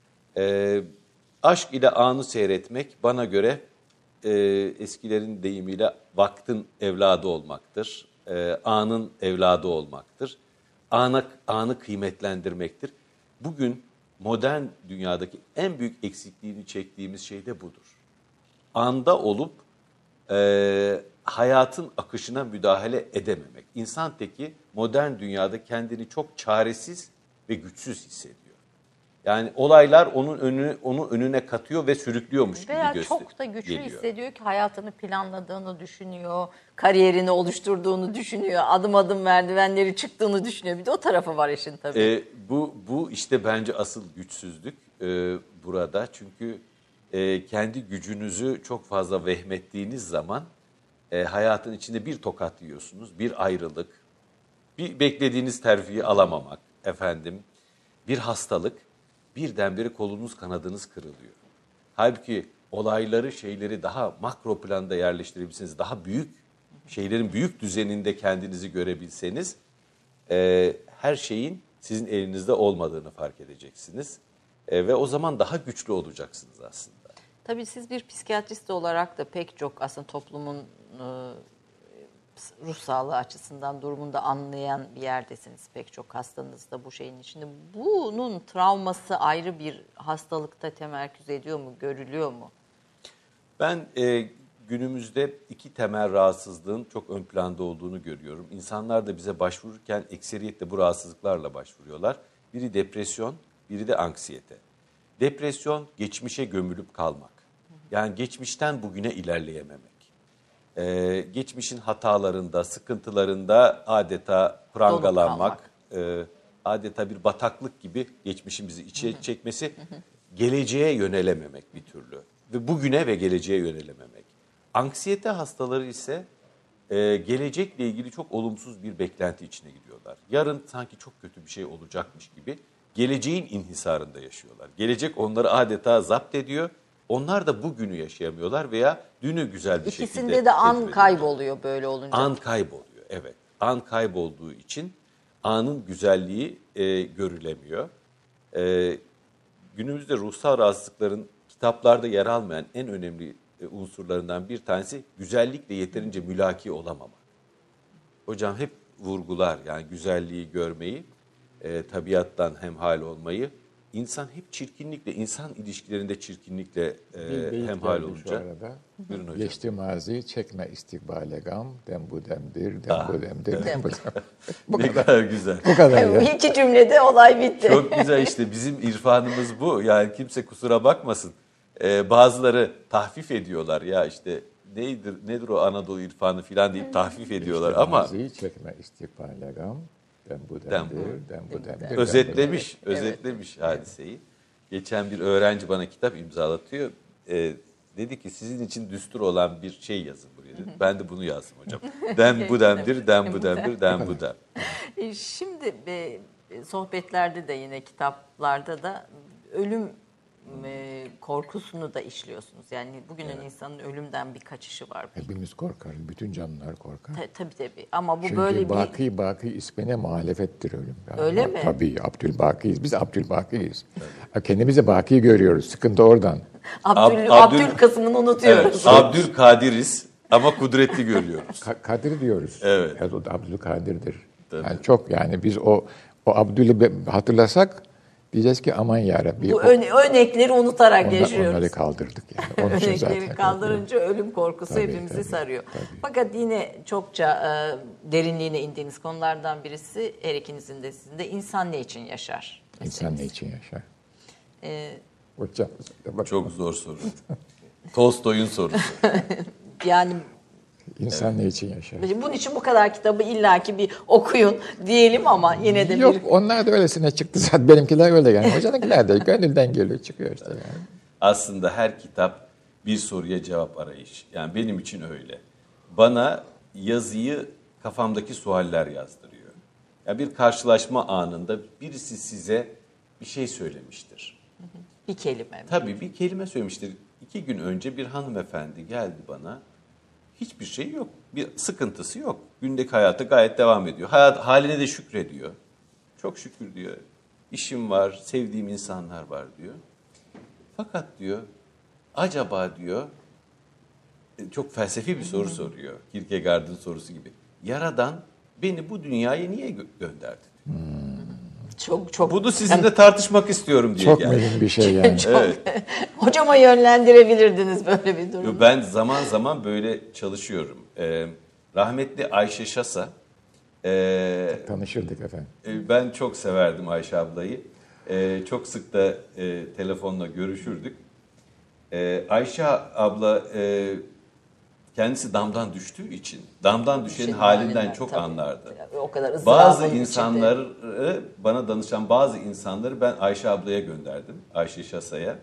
Aşk ile anı seyretmek bana göre eskilerin deyimiyle vaktin evladı olmaktır. Anın evladı olmaktır. Anı kıymetlendirmektir. Bugün modern dünyadaki en büyük eksikliğini çektiğimiz şey de budur. Anda olup hayatın akışına müdahale edememek. İnsan teki modern dünyada kendini çok çaresiz ve güçsüz hissediyor. Yani olaylar onun önüne katıyor ve sürüklüyormuş gibi veya çok da güçlü hissediyor ki hayatını planladığını düşünüyor, kariyerini oluşturduğunu düşünüyor, adım adım merdivenleri çıktığını düşünüyor. Bir de o tarafı var işin tabii. Bu işte bence asıl güçsüzlük burada. Çünkü kendi gücünüzü çok fazla vehmettiğiniz zaman hayatın içinde bir tokat yiyorsunuz, bir ayrılık, bir beklediğiniz terfiyi alamamak, bir hastalık, birdenbire kolunuz kanadınız kırılıyor. Halbuki olayları, şeyleri daha makro planda yerleştirebilseniz, daha büyük şeylerin büyük düzeninde kendinizi görebilseniz, her şeyin sizin elinizde olmadığını fark edeceksiniz. Ve o zaman daha güçlü olacaksınız aslında. Tabii siz bir psikiyatrist olarak da pek çok aslında toplumun ruh sağlığı açısından durumunu da anlayan bir yerdesiniz. Pek çok hastanız da bu şeyin içinde. Bunun travması ayrı bir hastalıkta temerküz ediyor mu, görülüyor mu? Ben günümüzde iki temel rahatsızlığın çok ön planda olduğunu görüyorum. İnsanlar da bize başvururken ekseriyetle bu rahatsızlıklarla başvuruyorlar. Biri depresyon, biri de anksiyete. Depresyon, geçmişe gömülüp kalmak. Yani geçmişten bugüne ilerleyememek. Geçmişin hatalarında, sıkıntılarında adeta prangalanmak, adeta bir bataklık gibi geçmişin bizi içe çekmesi, geleceğe yönelememek bir türlü. Ve bugüne ve geleceğe yönelememek. Anksiyete hastaları ise gelecekle ilgili çok olumsuz bir beklenti içine gidiyorlar. Yarın sanki çok kötü bir şey olacakmış gibi geleceğin inhisarında yaşıyorlar. Gelecek onları adeta zapt ediyor. Onlar da bugünü yaşayamıyorlar veya dünü güzel bir şekilde... İkisinde de an kayboluyor böyle olunca. An kayboluyor, evet. An kaybolduğu için anın güzelliği görülemiyor. Günümüzde ruhsal rahatsızlıkların kitaplarda yer almayan en önemli unsurlarından bir tanesi güzellikle yeterince mülaki olamamak. Hocam hep vurgular yani güzelliği görmeyi, tabiattan hemhal olmayı. İnsan hep çirkinlikle, insan ilişkilerinde çirkinlikle hemhal olunca. Buyurun hocam. Geçti mazi, çekme istikbale gam, dem bu demdir, dem bu demdir, dem bu dem. Bu ne kadar güzel. Bu kadar ya. İki cümlede olay bitti. Çok güzel işte bizim irfanımız bu. Yani kimse kusura bakmasın. Bazıları tahfif ediyorlar ya işte nedir o Anadolu irfanı falan deyip tahfif ediyorlar geçti ama. Mazi, çekme istikbale gam. Dem bu demdir, dem bu demdir. Özetlemiş hadiseyi. Geçen bir öğrenci bana kitap imzalatıyor. Dedi ki sizin için düstur olan bir şey yazın buraya dedi. Ben de bunu yazdım hocam. Dem bu demdir, dem bu demdir, dem bu dem. Şimdi sohbetlerde de yine kitaplarda da ölüm korkusunu da işliyorsunuz. Yani bugünün insanın ölümden bir kaçışı var. Hepimiz korkarız. Bütün canlılar korkar. Tabii. Ama bu çünkü böyle baki ismine muhalefettir ölüm. Yani öyle mi? Tabii Abdülbaki'yiz. Biz Abdülbaki'yiz. Kendimizi baki görüyoruz. Sıkıntı oradan. Abdül kısmını unutuyoruz. Evet, Abdülkadir'iz ama kudretli görüyoruz. Kadir diyoruz. Evet. O da Abdülkadir'dir. Tabii. Yani çok yani biz o Abdül'ü hatırlasak diyeceğiz ki aman yarabbi. Bu örnekleri unutarak yaşıyoruz. Onları kaldırdık yani. Onun için zaten örnekleri kaldırınca ölüm korkusu hepimizi sarıyor. Tabii. Fakat yine çokça derinliğine indiğiniz konulardan birisi her ikinizin de sizin de insan ne için yaşar? İnsan ne için yaşar? Hocam, çok zor soru. Tolstoy'un sorusu. Yani İnsan ne için yaşar? bunun için bu kadar kitabı illaki bir okuyun diyelim ama yine de Yok, onlar da öylesine çıktı zaten. Benimkiler öyle yani. Hocanınkiler de gönülden geliyor, çıkıyor işte yani. Aslında her kitap bir soruya cevap arayış. Yani benim için öyle. Bana yazıyı kafamdaki sualler yazdırıyor. Yani bir karşılaşma anında birisi size bir şey söylemiştir. bir kelime. Tabii bir kelime söylemiştir. 2 gün önce bir hanımefendi geldi bana. Hiçbir şey yok. Bir sıkıntısı yok. Gündeki hayatı gayet devam ediyor. Haline de şükrediyor. Çok şükür diyor. İşim var, sevdiğim insanlar var diyor. Fakat diyor, acaba diyor, çok felsefi bir soru soruyor. Kierkegaard'ın sorusu gibi. Yaradan beni bu dünyaya niye gönderdi? Çok. Bunu sizinle tartışmak istiyorum diye çok geldi. mühim bir şey yani. Evet. Hocama yönlendirebilirdiniz böyle bir durum. Ben zaman zaman böyle çalışıyorum. Rahmetli Ayşe Şasa. Tanışırdık efendim. Ben çok severdim Ayşe ablayı. Çok sık da telefonla görüşürdük. Ayşe abla kendisi damdan düştüğü için damdan düşenin halinden çok tabii. anlardı. O kadar Bazı insanları, bana danışan bazı insanları ben Ayşe ablaya gönderdim. Ayşe Şasa'ya.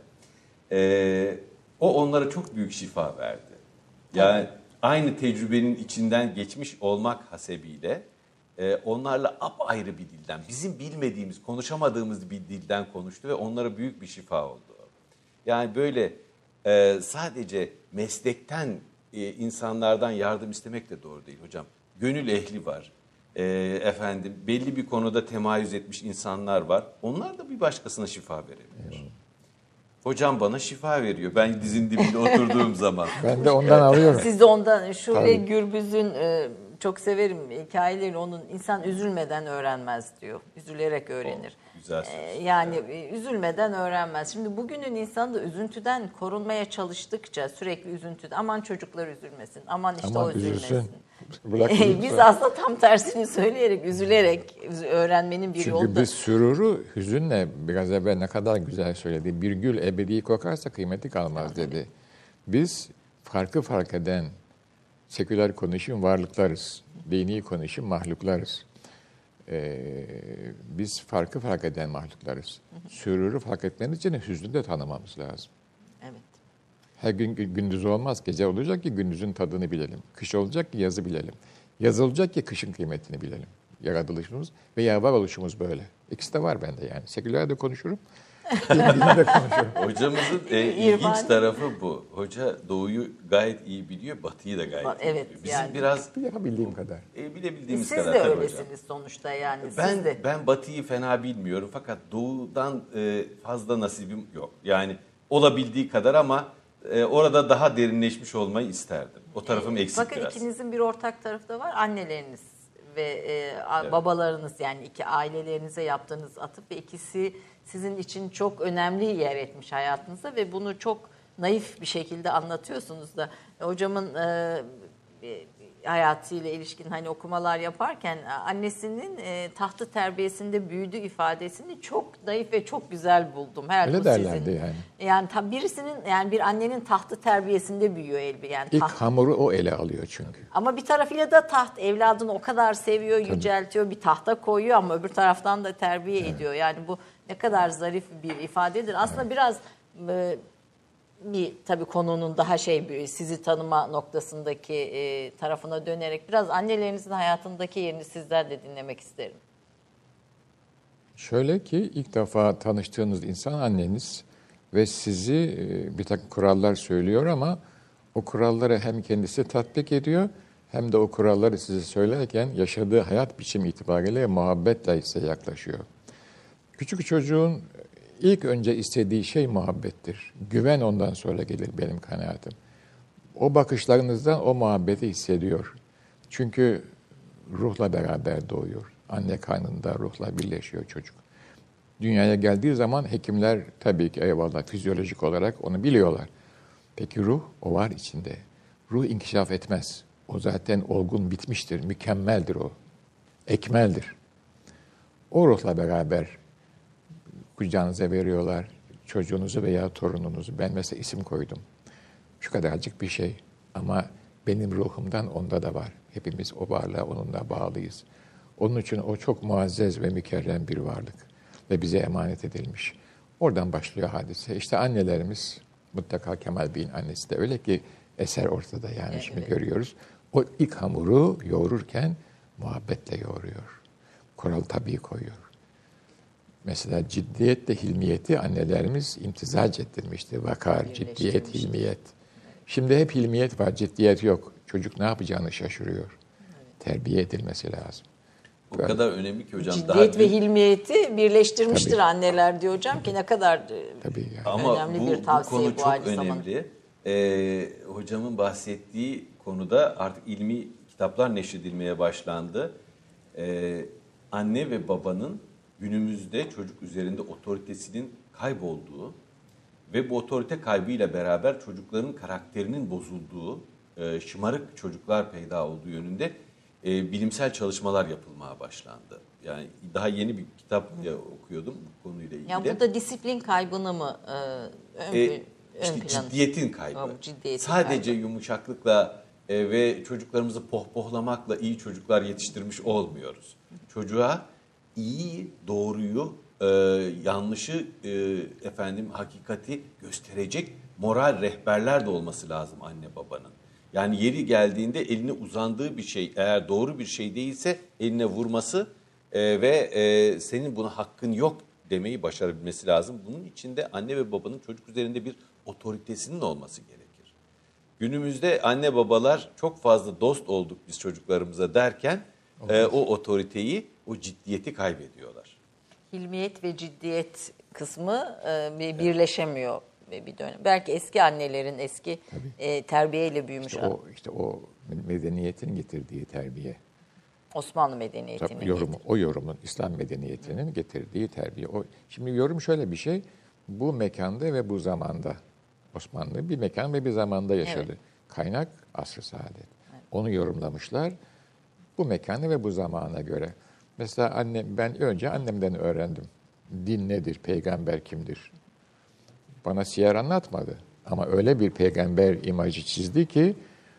O onlara çok büyük şifa verdi. Yani aynı tecrübenin içinden geçmiş olmak hasebiyle onlarla apayrı bir dilden, bizim bilmediğimiz, konuşamadığımız bir dilden konuştu ve onlara büyük bir şifa oldu. Yani böyle sadece meslekten insanlardan yardım istemek de doğru değil hocam. Gönül ehli var. Efendim belli bir konuda temayüz etmiş insanlar var. Onlar da bir başkasına şifa verebilir. Hocam bana şifa veriyor. Ben dizin dibinde oturduğum zaman. Ben de ondan alıyorum. Siz de ondan, Şule Tabii. Gürbüz'ün çok severim hikayeleri, onun insan üzülmeden öğrenmez diyor. Üzülerek öğrenir. Güzel söz. Yani üzülmeden öğrenmez. Şimdi bugünün insanı da üzüntüden korunmaya çalıştıkça sürekli üzüntüden, aman çocuklar üzülmesin, aman işte Aman o üzülmesin. Biz Biz aslında tam tersini söyleyerek, üzülerek öğrenmenin bir yolu Çünkü da. biz süruru hüzünle, biraz evvel ne kadar güzel söyledi. Bir gül ebedi kokarsa kıymeti kalmaz dedi. Biz fark eden, seküler konuşun varlıklarız. Dini konuşun mahluklarız. Biz fark eden mahluklarız. Süruru fark etmeniz için hüznü de tanımamız lazım. Evet. Her gün gündüz olmaz. Gece olacak ki gündüzün tadını bilelim. Kış olacak ki yazı bilelim. Yaz olacak ki kışın kıymetini bilelim. Yaratılışımız veya varoluşumuz böyle. İkisi de var bende yani. Seküler de konuşurum. Dini de konuşurum. Hocamızın ilginç tarafı bu. Hoca doğuyu gayet iyi biliyor, batıyı da gayet iyi Evet, biliyor. Bizim yani. biraz Yapabildiğim kadar. bilebildiğimiz Siz kadar de tabii öylesiniz hocam. sonuçta yani. Siz de. Ben batıyı fena bilmiyorum fakat doğudan fazla nasibim yok. Yani olabildiği kadar ama orada daha derinleşmiş olmayı isterdim. O tarafım eksik Bakın biraz. ikinizin bir ortak tarafı da var. Anneleriniz ve babalarınız, yani iki ailelerinize yaptığınız atıf ve ikisi sizin için çok önemli yer etmiş hayatınızda ve bunu çok naif bir şekilde anlatıyorsunuz da hocamın hayatıyla ilişkin hani okumalar yaparken annesinin tahtı terbiyesinde büyüdü ifadesini çok naif ve çok güzel buldum. Herhalde Öyle derlerdi yani. Yani birisinin, yani bir annenin tahtı terbiyesinde büyüyor elbette. Yani İlk hamuru o ele alıyor çünkü. ama bir tarafıyla da taht, evladını o kadar seviyor, yüceltiyor, bir tahta koyuyor ama öbür taraftan da terbiye ediyor. Yani bu ne kadar zarif bir ifadedir. Aslında biraz bir tabii konunun daha sizi tanıma noktasındaki tarafına dönerek biraz annelerinizin hayatındaki yerini sizden de dinlemek isterim. Şöyle ki ilk defa tanıştığınız insan anneniz ve sizi bir takım kurallar söylüyor ama o kuralları hem kendisi tatbik ediyor hem de o kuralları size söylerken yaşadığı hayat biçimi itibariyle muhabbetle size yaklaşıyor. Küçük çocuğun ilk önce istediği şey muhabbettir. Güven ondan sonra gelir benim kanaatim. O bakışlarınızdan o muhabbeti hissediyor. Çünkü ruhla beraber doğuyor. Anne karnında ruhla birleşiyor çocuk. Dünyaya geldiği zaman hekimler tabii ki eyvallah fizyolojik olarak onu biliyorlar. Peki ruh? O var içinde. Ruh inkişaf etmez. O zaten olgun bitmiştir, mükemmeldir o. Ekmeldir. O ruhla beraber kucağınıza veriyorlar çocuğunuzu veya torununuzu. Ben mesela isim koydum. Şu kadarcık bir şey ama benim ruhumdan onda da var. Hepimiz o varlığa onunla bağlıyız. Onun için o çok muazzez ve mükerrem bir varlık ve bize emanet edilmiş. Oradan başlıyor hadise. İşte annelerimiz, mutlaka Kemal Bey'in annesi de öyle ki eser ortada yani şimdi görüyoruz. O ilk hamuru yoğururken muhabbetle yoğuruyor. Kural tabii koyuyor. Mesela ciddiyetle hilmiyeti annelerimiz imtizac ettirmişti. Vakar, ciddiyet, hilmiyet. Şimdi hep hilmiyet var, ciddiyet yok. Çocuk ne yapacağını şaşırıyor. Terbiye edilmesi lazım. O kadar önemli ki hocam. Ciddiyet ve hilmiyeti birleştirmiştir Tabii. anneler diyor hocam ki ne kadar Tabii yani. Ama önemli bir bu tavsiye konu bu çok aynı zamanda. önemli. Hocamın bahsettiği konuda artık ilmi kitaplar neşredilmeye başlandı. Anne ve babanın günümüzde çocuk üzerinde otoritesinin kaybolduğu ve bu otorite kaybıyla beraber çocukların karakterinin bozulduğu, şımarık çocuklar peyda olduğu yönünde bilimsel çalışmalar yapılmaya başlandı. Yani daha yeni bir kitap okuyordum bu konuyla ilgili. Ya burada disiplin kaybını mı ön plana? Ciddiyetin kaybı. Ciddiyetin Sadece kaybı. yumuşaklıkla ve çocuklarımızı pohpohlamakla iyi çocuklar yetiştirmiş olmuyoruz. Çocuğa iyi, doğruyu, yanlışı, hakikati gösterecek moral rehberler de olması lazım anne babanın. Yani yeri geldiğinde eline uzandığı bir şey eğer doğru bir şey değilse eline vurması ve senin buna hakkın yok demeyi başarabilmesi lazım. Bunun için de anne ve babanın çocuk üzerinde bir otoritesinin olması gerekir. Günümüzde anne babalar çok fazla dost olduk biz çocuklarımıza derken o otoriteyi, o ciddiyeti kaybediyorlar. Hilmiyet ve ciddiyet kısmı birleşemiyor bir dönem. Belki eski annelerin eski terbiyeyle büyümüş. İşte o medeniyetin getirdiği terbiye. Osmanlı medeniyetinin yorumun İslam medeniyetinin getirdiği terbiye. Şimdi yorum şöyle bir şey. Bu mekanda ve bu zamanda Osmanlı bir mekan ve bir zamanda yaşadı. Evet. Kaynak asr-ı saadet. Evet. Onu yorumlamışlar. Bu mekana ve bu zamana göre. Mesela ben önce annemden öğrendim. Din nedir? Peygamber kimdir? Bana siyer anlatmadı. Ama öyle bir peygamber imajı çizdi ki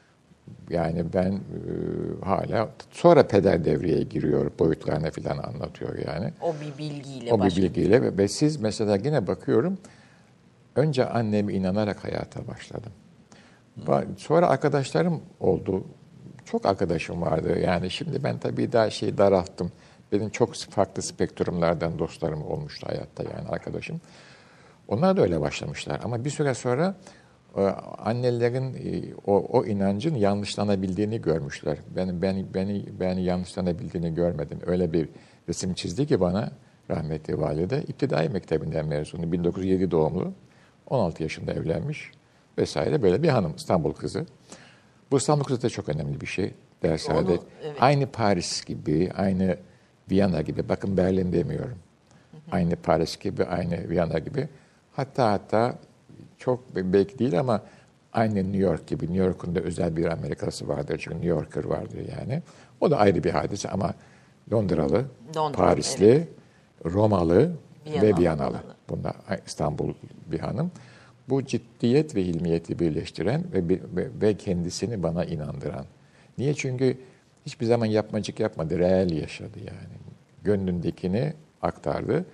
yani ben hala sonra peder devreye giriyor, boyutlarına falan anlatıyor yani. O bir bilgiyle. Ve siz mesela yine bakıyorum, önce anneme inanarak hayata başladım. Sonra arkadaşlarım oldu. Çok arkadaşım vardı yani. Şimdi ben tabii daha daralttım. Benim çok farklı spektrumlardan dostlarım olmuştu hayatta yani arkadaşım. Onlar da öyle başlamışlar ama bir süre sonra annelerin o inancın yanlışlanabildiğini görmüşler. Beni yanlışlanabildiğini görmedim. Öyle bir resim çizdi ki bana rahmetli valide. İptidai mektebinden mezunu, 1907 doğumlu, 16 yaşında evlenmiş vesaire, böyle bir hanım, İstanbul kızı. Bu İstanbul kızı da çok önemli bir şey derslerde. Evet. Aynı Paris gibi, aynı Viyana gibi, bakın Berlin demiyorum. Aynı Paris gibi, aynı Viyana gibi. Hatta çok belki değil ama aynı New York gibi. New York'un da özel bir Amerikası vardır. çünkü New Yorker vardır yani. O da ayrı bir hadise ama Londralı, Parisli, evet. Romalı ve Viyanalı. Bunda İstanbul bir hanım. Bu ciddiyet ve hilmiyeti birleştiren ve kendisini bana inandıran. Niye? Çünkü hiçbir zaman yapmacık yapmadı. Reel yaşadı yani. Gönlündekini aktardı.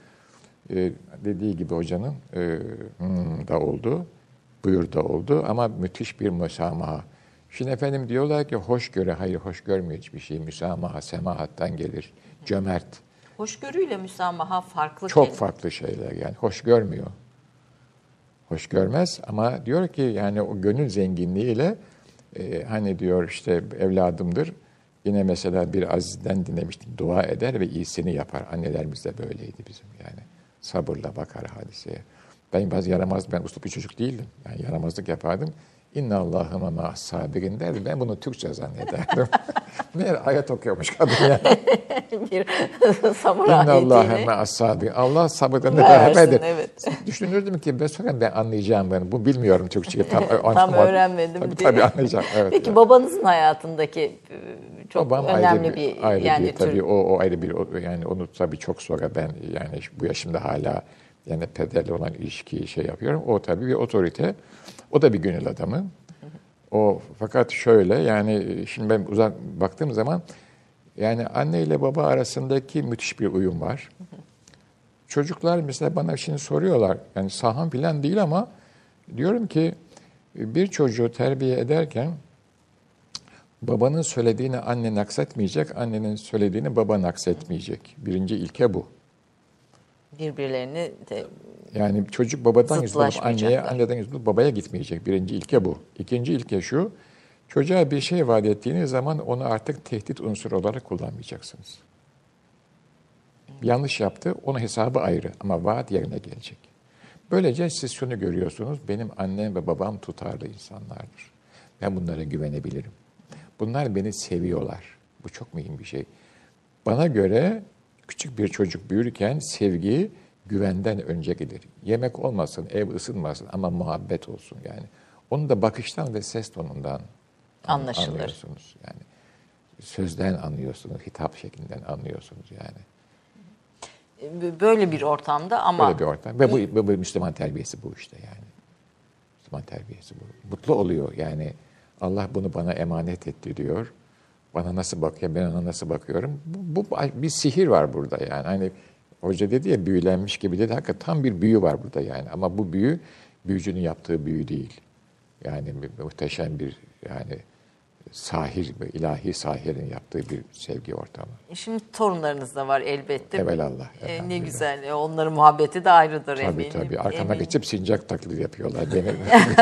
Dediği gibi hocanın da oldu, buyur da oldu ama müthiş bir müsamaha. Şimdi efendim diyorlar ki hoşgörü, hayır hoş görmüyor hiçbir şey. Müsamaha, semahattan gelir. Cömert. Hoşgörüyle müsamaha farklı çok farklı şeyler yani. Hoş görmüyor. Hoş görmez ama diyor ki yani o gönül zenginliğiyle hani diyor işte evladımdır. Yine mesela bir Aziz'den dinlemiştim. Dua eder ve iyisini yapar. Annelerimiz de böyleydi bizim yani. Sabırla bakar hadiseye. Ben uslu bir çocuk değildim. Yani yaramazlık yapardım. İnna Allahümme ma'as sabirin derdi. Ben bunu Türkçe zannederdim. Meğer ayet okuyormuş kadın yani. Bir sabır ayetiyle. İnna Allahümme ma'as sabirin. Allah sabırdan da beraberdir. Evet. Düşünürdüm ki ben anlayacağım ben. Bu bilmiyorum Türkçeyi. Tam öğrenmedim. Tabii anlayacağım. Evet, peki babanızın hayatındaki çok babam önemli bir yani tabii o ayrı bir yani onu tabii çok sonra ben yani bu yaşımda hala yani pederle olan ilişkiyi yapıyorum. O tabii bir otorite. O da bir gönül adamı. Fakat şöyle yani şimdi ben uzak baktığım zaman yani anne ile baba arasındaki müthiş bir uyum var. Çocuklar mesela bana şimdi soruyorlar yani saham falan değil ama diyorum ki bir çocuğu terbiye ederken babanın söylediğini annen aksetmeyecek, annenin söylediğini baban aksetmeyecek. Birinci ilke bu. Birbirlerini yani çocuk babadan yüz bulup anneye, anneden yüz bulup babaya gitmeyecek. Birinci ilke bu. İkinci ilke şu, çocuğa bir şey vaat ettiğiniz zaman onu artık tehdit unsuru olarak kullanmayacaksınız. Yanlış yaptı, onun hesabı ayrı ama vaat yerine gelecek. Böylece siz şunu görüyorsunuz, benim annem ve babam tutarlı insanlardır. Ben bunlara güvenebilirim. Bunlar beni seviyorlar. Bu çok mühim bir şey. Bana göre küçük bir çocuk büyürken sevgi güvenden önce gelir. Yemek olmasın, ev ısınmasın ama muhabbet olsun yani. Onu da bakıştan ve ses tonundan anlıyorsunuz yani. Sözden anlıyorsunuz, hitap şeklinden anlıyorsunuz yani. Böyle bir ortamda ama... Böyle bir ortam ve bu Müslüman terbiyesi bu işte yani. Müslüman terbiyesi bu. Mutlu oluyor yani. Allah bunu bana emanet etti diyor. Bana nasıl bakıyor, ben ona nasıl bakıyorum. Bu bir sihir var burada yani. Hani hoca dedi ya büyülenmiş gibi dedi. Hakikaten tam bir büyü var burada yani. Ama bu büyü büyücünün yaptığı büyü değil. Yani muhteşem bir yani sahir, ilahi sahirin yaptığı bir sevgi ortamı. Şimdi torunlarınız da var elbette. Evelallah. Ne güzel. Onların muhabbeti de ayrıdır eminim. Tabii. Arkama geçip sincap taklidi yapıyorlar. Beni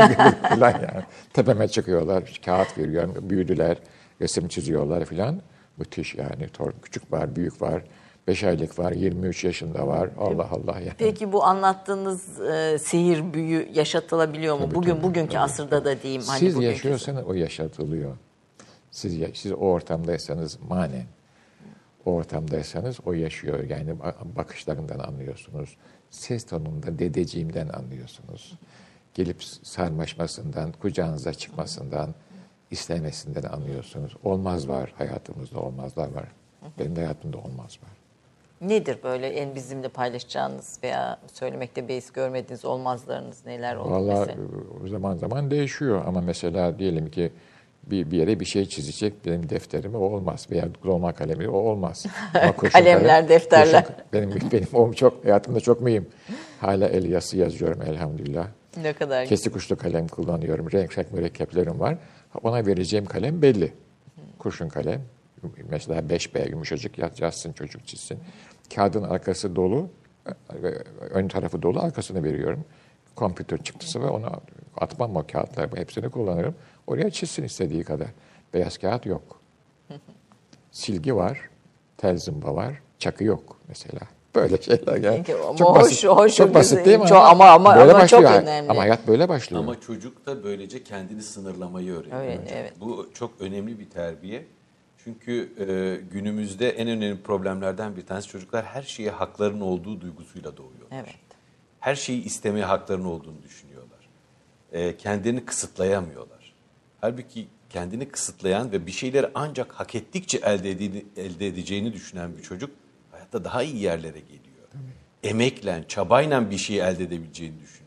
falan yani. Tepeme çıkıyorlar. Kağıt veriyorum. Büyüdüler. Resim çiziyorlar falan. Müthiş yani. Küçük var, büyük var. 5 aylık var, 23 yaşında var. Allah Allah yani. Peki bu anlattığınız sihir, büyü yaşatılabiliyor mu? Bugünkü asırda da diyeyim. Siz hani yaşıyorsanız o yaşatılıyor. Siz o ortamdaysanız manen, o ortamdaysanız o yaşıyor. Yani bakışlarından anlıyorsunuz. Ses tonunda dedeciğimden anlıyorsunuz. Gelip sarmaşmasından, kucağınıza çıkmasından, istemesinden anlıyorsunuz. Olmaz var hayatımızda, olmazlar var. Benim de hayatımda olmaz var. Nedir böyle en bizimle paylaşacağınız veya söylemekte beis görmediğiniz olmazlarınız neler oldu Vallahi mesela? zaman zaman değişiyor ama mesela diyelim ki bir yere bir şey çizecek benim defterime o olmaz veya dolma kalemi o olmaz. Ama Kalemler, defterler. Benim o çok hayatımda çok mühim. Hala el yazısı yazıyorum elhamdülillah. Ne kadar güzel. Kesik uçlu kalem kullanıyorum. Renk mürekkeplerim var. Ona vereceğim kalem belli. Kurşun kalem. Mesela 5B yumuşacık yazsın çocuk çizsin. Kağıdın arkası dolu, ön tarafı dolu, arkasını veriyorum. Kompütür çıktısı ve onu atmam o kağıtları. Hepsini kullanırım. Oraya çizsin istediği kadar. Beyaz kağıt yok. Silgi var, tel zımba var, çakı yok mesela. Böyle şeyler yani. Çok basit, çok basit değil mi? Ama çok önemli. Ama hayat böyle başlıyor. Ama çocuk da böylece kendini sınırlamayı öğreniyor. Evet. Bu çok önemli bir terbiye. Çünkü günümüzde en önemli problemlerden bir tanesi çocuklar her şeye haklarının olduğu duygusuyla doğuyorlar. Evet. Her şeyi istemeye haklarının olduğunu düşünüyorlar. Kendilerini kısıtlayamıyorlar. Halbuki kendini kısıtlayan ve bir şeyleri ancak hak ettikçe elde edeceğini düşünen bir çocuk hayatta daha iyi yerlere geliyor. Emekle, çabayla bir şeyi elde edebileceğini düşünüyor.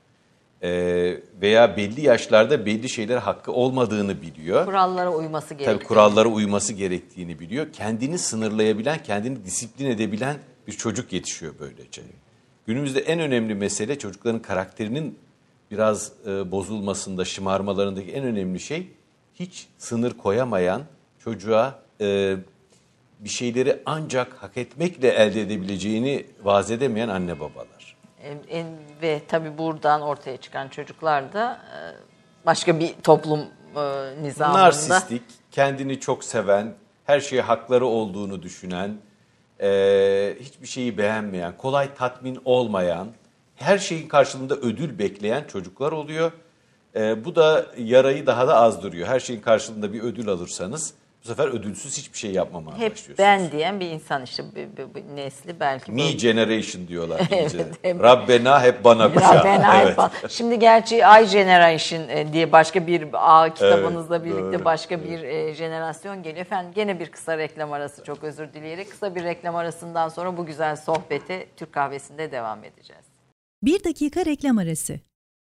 Veya belli yaşlarda belli şeyler hakkı olmadığını biliyor. Kurallara uyması gerekiyor. Tabii kurallara uyması gerektiğini biliyor. Kendini sınırlayabilen, kendini disiplin edebilen bir çocuk yetişiyor böylece. Günümüzde en önemli mesele çocukların karakterinin biraz bozulmasında, şımarmalarındaki en önemli şey hiç sınır koyamayan çocuğa bir şeyleri ancak hak etmekle elde edebileceğini vaaz edemeyen anne babalar. Ve tabii buradan ortaya çıkan çocuklar da başka bir toplum nizamında. Narsistik, kendini çok seven, her şeye hakları olduğunu düşünen, hiçbir şeyi beğenmeyen, kolay tatmin olmayan, her şeyin karşılığında ödül bekleyen çocuklar oluyor. Bu da yarayı daha da azdırıyor. Her şeyin karşılığında bir ödül alırsanız bu sefer ödülsüz hiçbir şey yapmamaya başlıyorsunuz. Hep ben diyen bir insan işte bir nesli belki. Me generation diyorlar. Rabbena hep bana kuşağı. Rabbena hep bana. Şimdi gerçi I generation diye başka bir kitabınızla birlikte başka bir jenerasyon geliyor. Efendim gene bir kısa reklam arası, çok özür dileyerek. Kısa bir reklam arasından sonra bu güzel sohbete Türk Kahvesi'nde devam edeceğiz. 1 dakika reklam arası.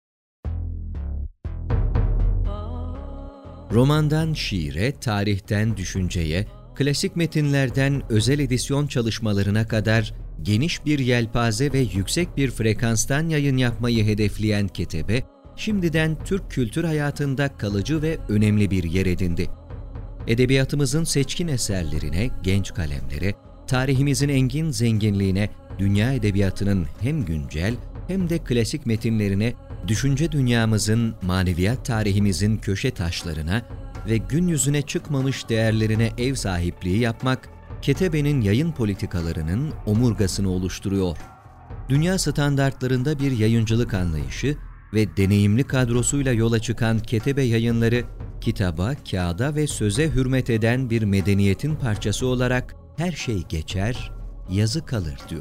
Romandan şiire, tarihten düşünceye, klasik metinlerden özel edisyon çalışmalarına kadar geniş bir yelpaze ve yüksek bir frekanstan yayın yapmayı hedefleyen Ketebe, şimdiden Türk kültür hayatında kalıcı ve önemli bir yer edindi. Edebiyatımızın seçkin eserlerine, genç kalemlere, tarihimizin engin zenginliğine, dünya edebiyatının hem güncel hem de klasik metinlerine, düşünce dünyamızın, maneviyat tarihimizin köşe taşlarına ve gün yüzüne çıkmamış değerlerine ev sahipliği yapmak, Ketebe'nin yayın politikalarının omurgasını oluşturuyor. Dünya standartlarında bir yayıncılık anlayışı ve deneyimli kadrosuyla yola çıkan Ketebe Yayınları, kitaba, kağıda ve söze hürmet eden bir medeniyetin parçası olarak her şey geçer, yazı kalır diyor.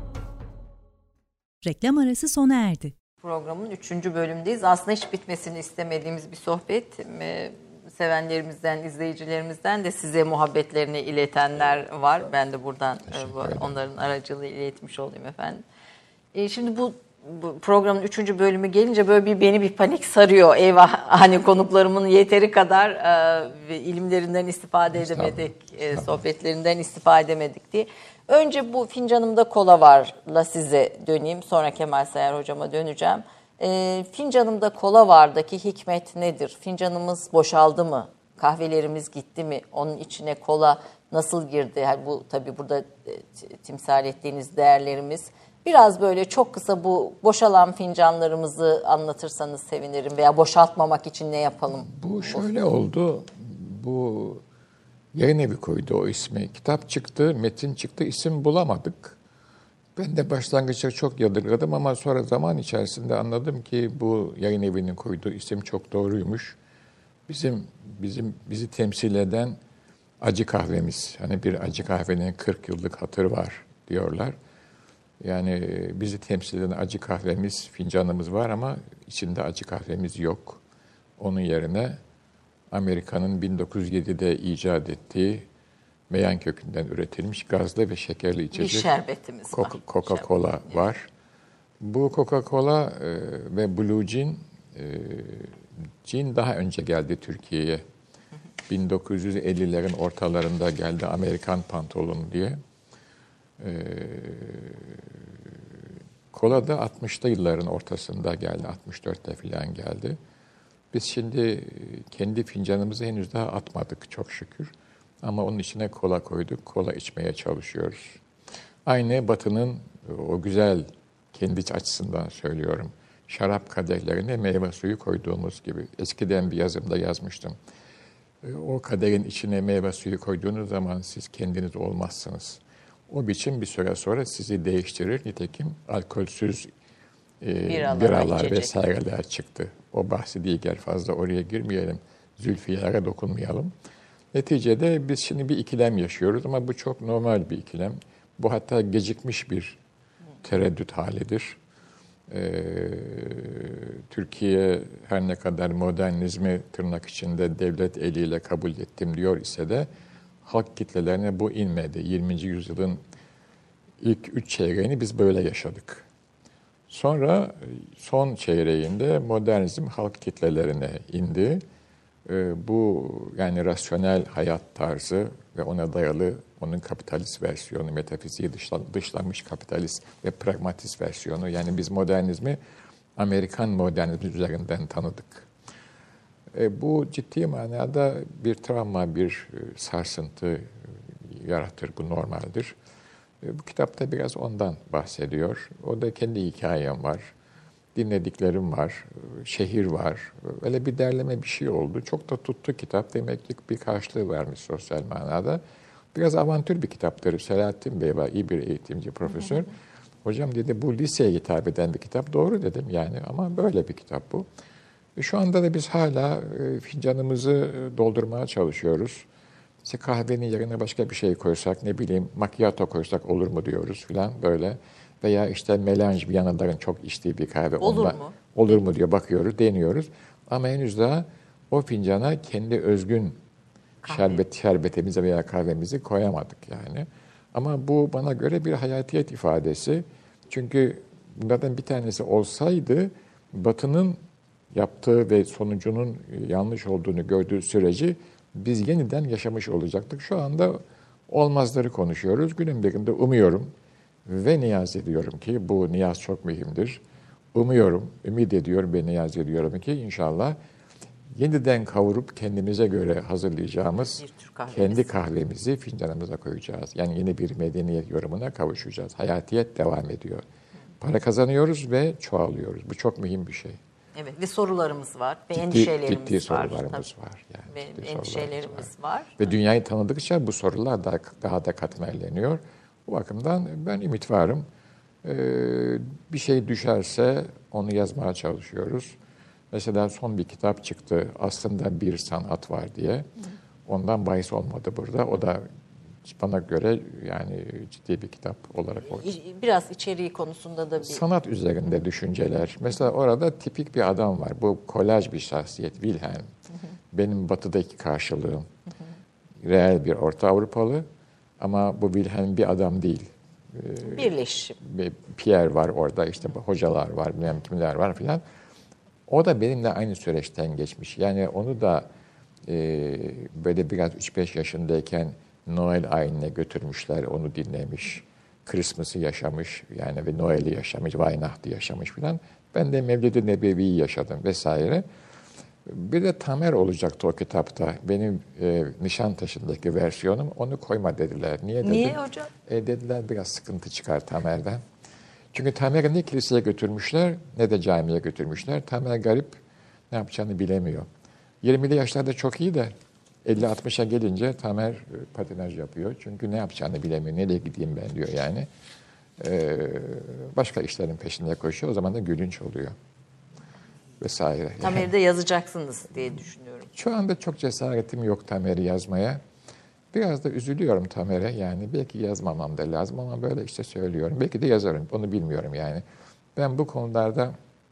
Reklam arası sona erdi. Programın 3. bölümündeyiz. Aslında hiç bitmesini istemediğimiz bir sohbet. Sevenlerimizden, izleyicilerimizden de size muhabbetlerini iletenler var. Ben de buradan onların aracılığıyla iletmiş olayım efendim. Şimdi bu programın 3. bölümü gelince böyle beni bir panik sarıyor. Eyvah, hani konuklarımın yeteri kadar ilimlerinden istifade edemedik, sohbetlerinden istifade edemedik diye. Önce bu fincanımda kola varla size döneyim. Sonra Kemal Sayar hocama döneceğim. Fincanımda kola vardaki hikmet nedir? Fincanımız boşaldı mı? Kahvelerimiz gitti mi? Onun içine kola nasıl girdi? Yani bu tabii burada timsal ettiğiniz değerlerimiz. Biraz böyle çok kısa bu boşalan fincanlarımızı anlatırsanız sevinirim. Veya boşaltmamak için ne yapalım? Bu şöyle oldu. Bu Yayın evi koydu o ismi. Kitap çıktı, metin çıktı, isim bulamadık. Ben de başlangıçta çok yadırgadım ama sonra zaman içerisinde anladım ki bu yayın evinin koyduğu isim çok doğruymuş. Bizi temsil eden acı kahvemiz. Hani bir acı kahvenin 40 yıllık hatırı var diyorlar. Yani bizi temsil eden acı kahvemiz, fincanımız var ama içinde acı kahvemiz yok. Onun yerine Amerika'nın 1907'de icat ettiği meyan kökünden üretilmiş gazlı ve şekerli içecek bir şerbetimiz var. Coca-Cola var. Bu Coca-Cola ve Blue Gin, Gin daha önce geldi Türkiye'ye. 1950'lerin ortalarında geldi Amerikan pantolonu diye. Kola da 60'lı yılların ortasında geldi, 64'te falan geldi. Biz şimdi kendi fincanımızı henüz daha atmadık çok şükür. Ama onun içine kola koyduk, kola içmeye çalışıyoruz. Aynı Batı'nın o güzel, kendi açısından söylüyorum, şarap kadehlerine meyve suyu koyduğumuz gibi. Eskiden bir yazımda yazmıştım. O kadehin içine meyve suyu koyduğunuz zaman siz kendiniz olmazsınız. O biçim bir süre sonra sizi değiştirir. Nitekim alkolsüz biralar vesaireler çıktı. O bahsi değil, fazla oraya girmeyelim. Zülfiyar'a dokunmayalım. Neticede biz şimdi bir ikilem yaşıyoruz ama bu çok normal bir ikilem. Bu hatta gecikmiş bir tereddüt halidir. Türkiye her ne kadar modernizmi tırnak içinde devlet eliyle kabul ettim diyor ise de halk kitlelerine bu inmedi. 20. yüzyılın ilk 3 çeyreğini biz böyle yaşadık. Sonra son çeyreğinde modernizm halk kitlelerine indi. Bu yani rasyonel hayat tarzı ve ona dayalı onun kapitalist versiyonu, metafiziği dışlanmış kapitalist ve pragmatist versiyonu. Yani biz modernizmi Amerikan modernizmi üzerinden tanıdık. Bu ciddi manada bir travma, bir sarsıntı yaratır, bu normaldir. Bu kitapta biraz ondan bahsediyor. O da kendi hikayem var, dinlediklerim var, şehir var. Öyle bir derleme bir şey oldu. Çok da tuttu kitap. Demek ki bir karşılığı vermiş sosyal manada. Biraz avantür bir kitaptır. Selahattin Bey var, iyi bir eğitimci, profesör. Hocam dedi bu liseye hitap eden bir kitap. Doğru dedim yani ama böyle bir kitap bu. Şu anda da biz hala fincanımızı doldurmaya çalışıyoruz. İşte kahvenin yerine başka bir şey koysak, ne bileyim macchiato koysak olur mu diyoruz filan böyle. Veya işte melanj, Viyanaların çok içtiği bir kahve. Olur mu? Olur mu diyor, bakıyoruz, deniyoruz. Ama henüz daha o fincana kendi özgün şerbetimizi veya kahvemizi koyamadık yani. Ama bu bana göre bir hayatiyet ifadesi. Çünkü bunlardan bir tanesi olsaydı Batı'nın yaptığı ve sonucunun yanlış olduğunu gördüğü süreci biz yeniden yaşamış olacaktık. Şu anda olmazları konuşuyoruz. Günün birinde umuyorum ve niyaz ediyorum ki bu niyaz çok mühimdir. Umuyorum, ümit ediyorum ve niyaz ediyorum ki inşallah yeniden kavurup kendimize göre hazırlayacağımız kendi kahvemizi fincanımıza koyacağız. Yani yeni bir medeniyet yorumuna kavuşacağız. Hayatiyet devam ediyor. Para kazanıyoruz ve çoğalıyoruz. Bu çok mühim bir şey. Evet ve sorularımız var ve endişelerimiz var. Ciddi sorularımız var. Yani ve endişelerimiz var. Ve dünyayı tanıdıkça bu sorular daha da katmerleniyor. Bu bakımdan ben ümit varım. Bir şey düşerse onu yazmaya çalışıyoruz. Mesela son bir kitap çıktı. Aslında bir sanat var diye. Ondan bahis olmadı burada. O da bana göre yani ciddi bir kitap olarak orada. Biraz içeriği konusunda da bir... Sanat üzerinde düşünceler. Mesela orada tipik bir adam var. Bu kolaj bir şahsiyet, Wilhelm. Benim batıdaki karşılığım. Reel bir Orta Avrupalı ama bu Wilhelm bir adam değil. Birleşim. Pierre var orada, işte hocalar var, bilmem kimler var filan. O da benimle aynı süreçten geçmiş. Yani onu da böyle biraz 3-5 yaşındayken Noel ayinine götürmüşler, onu dinlemiş. Christmas'ı yaşamış yani ve Noel'i yaşamış, Weihnacht'ı yaşamış filan. Ben de Mevlid-i Nebevi'yi yaşadım vesaire. Bir de Tamer olacaktı o kitapta. Benim Nişantaşı'ndaki versiyonum, onu koyma dediler. Niye dedim? Niye hocam? Dediler biraz sıkıntı çıkar Tamer'den. Çünkü Tamer'i ne kiliseye götürmüşler ne de camiye götürmüşler. Tamer garip, ne yapacağını bilemiyor. 20'li yaşlarda çok iyi de 50-60'a gelince Tamer patinaj yapıyor. Çünkü ne yapacağını bilemiyor. Nereye gideyim ben diyor yani. Başka işlerin peşinde koşuyor. O zaman da gülünç oluyor. Vesaire. Tamer'i de yazacaksınız diye düşünüyorum. Şu anda çok cesaretim yok Tamer'i yazmaya. Biraz da üzülüyorum Tamer'e. Yani belki yazmamam da lazım ama böyle işte söylüyorum. Belki de yazarım. Onu bilmiyorum yani. Ben bu konularda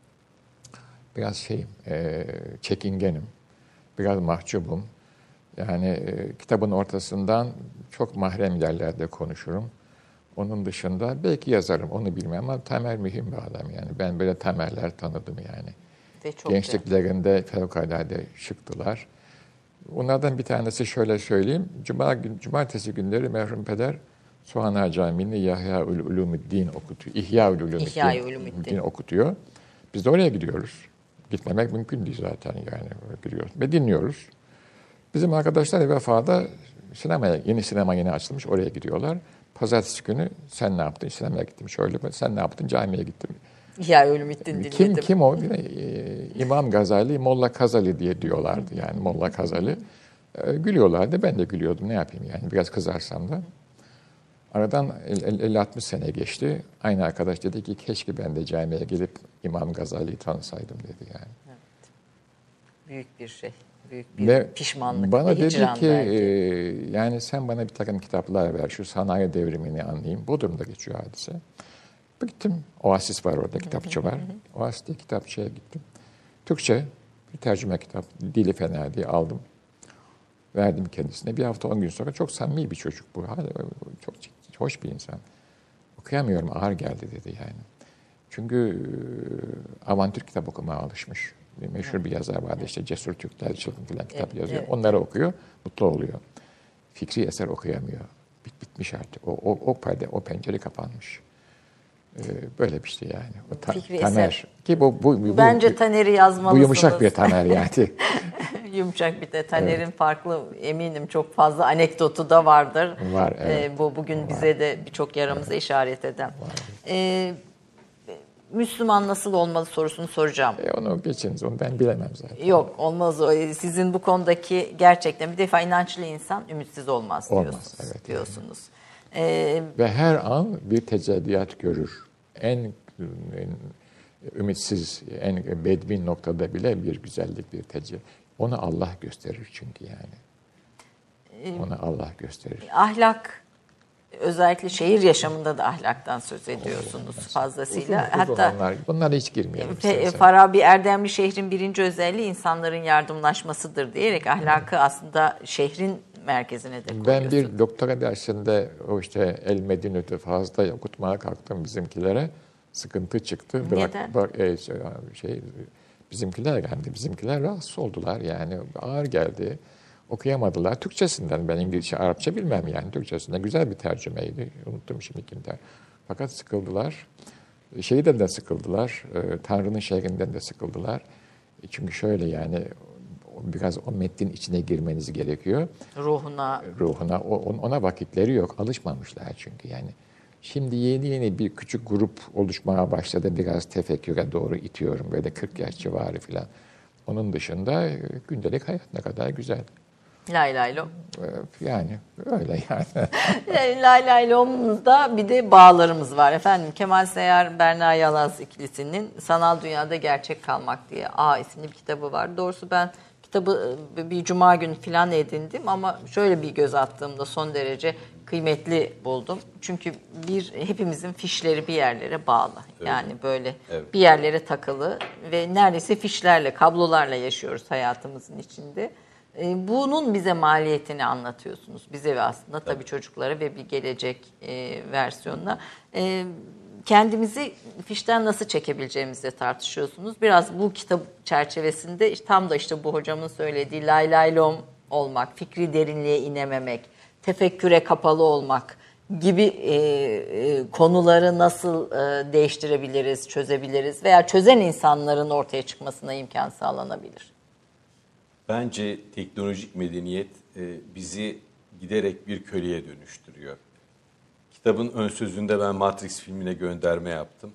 biraz çekingenim. Biraz mahcubum. Yani kitabın ortasından çok mahrem yerlerde konuşurum. Onun dışında belki yazarım, onu bilmem ama Tamer mühim bir adam yani. Ben böyle Tamerler tanıdım yani. Gençliklerinde fevkalade şıktılar. Onlardan bir tanesi şöyle söyleyeyim. Cumartesi günleri merhum peder Soğana Camii'nde Yahya-ül Ulumuddin okutuyor. İhya-ül Ulumuddin okutuyor. Biz de oraya gidiyoruz. Gitmemek mümkün değil zaten yani. Gidiyoruz ve dinliyoruz. Bizim arkadaşlar Vefa'da yeni sinema yeni açılmış, oraya gidiyorlar. Pazartesi günü sen ne yaptın? Sinemaya gittim şöyle. Sen ne yaptın? Camiye gittim. Ya ölümüttin dinledim. Kim o? İmam Gazali, Molla Kazali diye diyorlardı yani Molla Kazali. Gülüyorlardı. Ben de gülüyordum. Ne yapayım yani? Biraz kızarsam da. Aradan 50-60 sene geçti. Aynı arkadaş dedi ki keşke ben de camiye gelip İmam Gazali'yi tanısaydım dedi yani. Evet. Büyük bir şey. Büyük bir pişmanlık. Bana dedi ki yani sen bana bir takım kitaplar ver. Şu sanayi devrimini anlayayım. Bodrum'da geçiyor hadise. Gittim. Oasis var orada, kitapçı var. Oasis'te kitapçıya gittim. Türkçe bir tercüme kitap. Dili fena diye aldım. Verdim kendisine. Bir hafta 10 gün sonra çok samimi bir çocuk bu. Çok hoş bir insan. Okuyamıyorum, ağır geldi dedi yani. Çünkü avantür kitap okumaya alışmış. Meşhur bir yazar vardı işte Cesur Türkler, Çılgın filan kitap yazıyor. Evet. Onları okuyor, mutlu oluyor. Fikri eser okuyamıyor. Bitmiş artık. O pencere kapanmış. Böyle bir şey yani. O Taner. Ki bu bence Taner'i yazmalısınız. Bu yumuşak bir Taner yani. Yumuşak bir de Taner'in farklı eminim çok fazla anekdotu da vardır. Var evet. Bugün bize de birçok yaramıza işaret eden. Müslüman nasıl olmalı sorusunu soracağım. Onu geçiniz, onu ben bilemem zaten. Yok, olmaz. Sizin bu konudaki gerçekten bir defa inançlı insan ümitsiz olmaz diyorsunuz. Ve her an bir tecelliyat görür. En ümitsiz, en bedbin noktada bile bir güzellik, bir tecelliyat. Onu Allah gösterir çünkü yani. Onu Allah gösterir. Ahlak, özellikle şehir yaşamında da ahlaktan söz ediyorsunuz fazlasıyla. Hatta bunlara hiç girmeyelim. Farabi Erdemli şehrin birinci özelliği insanların yardımlaşmasıdır diyerek ahlakı aslında şehrin merkezine de koyuyorsun. Ben bir doktora dersinde o işte El Medinetü fazla okutmaya kalktım bizimkilere. Sıkıntı çıktı. Neden? Bizimkiler rahatsız oldular yani ağır geldi. Okuyamadılar. Türkçesinden ben İngilizce, Arapça bilmem yani. Türkçesinden güzel bir tercümeydi. Unuttum şimdi kimden. Fakat sıkıldılar. Şeyden de sıkıldılar. Tanrı'nın şehrinden de sıkıldılar. Çünkü şöyle yani biraz o metnin içine girmeniz gerekiyor. Ruhuna. Ona vakitleri yok. Alışmamışlar çünkü yani. Şimdi yeni bir küçük grup oluşmaya başladı. Biraz tefekküre doğru itiyorum. Böyle 40 yaş civarı falan. Onun dışında gündelik hayat ne kadar güzel. Lay lay lom. Yani öyle yani. Lay lay lom'da bir de bağlarımız var. Efendim Kemal Seyar, Berna Yalaz ikilisinin Sanal Dünyada Gerçek Kalmak diye isimli bir kitabı var. Doğrusu ben kitabı bir cuma günü falan edindim ama şöyle bir göz attığımda son derece kıymetli buldum. Çünkü hepimizin fişleri bir yerlere bağlı. Evet. Yani böyle bir yerlere takılı ve neredeyse fişlerle, kablolarla yaşıyoruz hayatımızın içinde. Bunun bize maliyetini anlatıyorsunuz. Bize ve aslında tabii çocuklara ve bir gelecek versiyonuna. Kendimizi fişten nasıl çekebileceğimizi tartışıyorsunuz. Biraz bu kitap çerçevesinde tam da işte bu hocamın söylediği lay lay lom olmak, fikri derinliğe inememek, tefekküre kapalı olmak gibi konuları nasıl değiştirebiliriz, çözebiliriz veya çözen insanların ortaya çıkmasına imkan sağlanabilir? Bence teknolojik medeniyet bizi giderek bir köleye dönüştürüyor. Kitabın ön sözünde ben Matrix filmine gönderme yaptım.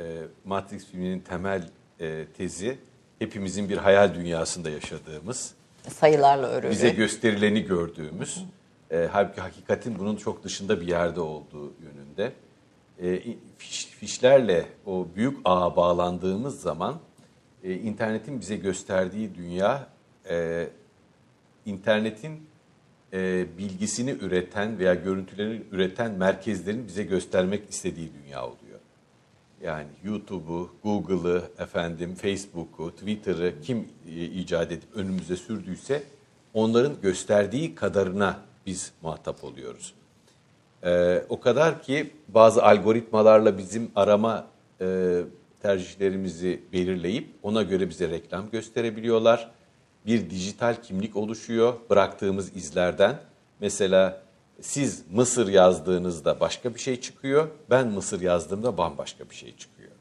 Matrix filminin temel tezi hepimizin bir hayal dünyasında yaşadığımız Sayılarla örülü. Bize gösterileni gördüğümüz, halbuki hakikatin bunun çok dışında bir yerde olduğu yönünde. Fişlerle o büyük ağa bağlandığımız zaman internetin bize gösterdiği dünya, internetin bilgisini üreten veya görüntülerini üreten merkezlerin bize göstermek istediği dünya oluyor. Yani YouTube'u, Google'ı, Facebook'u, Twitter'ı kim icat edip önümüze sürdüyse onların gösterdiği kadarına biz muhatap oluyoruz. O kadar ki bazı algoritmalarla bizim arama tercihlerimizi belirleyip ona göre bize reklam gösterebiliyorlar. Bir dijital kimlik oluşuyor bıraktığımız izlerden. Mesela siz Mısır yazdığınızda başka bir şey çıkıyor, ben Mısır yazdığımda bambaşka bir şey çıkıyor.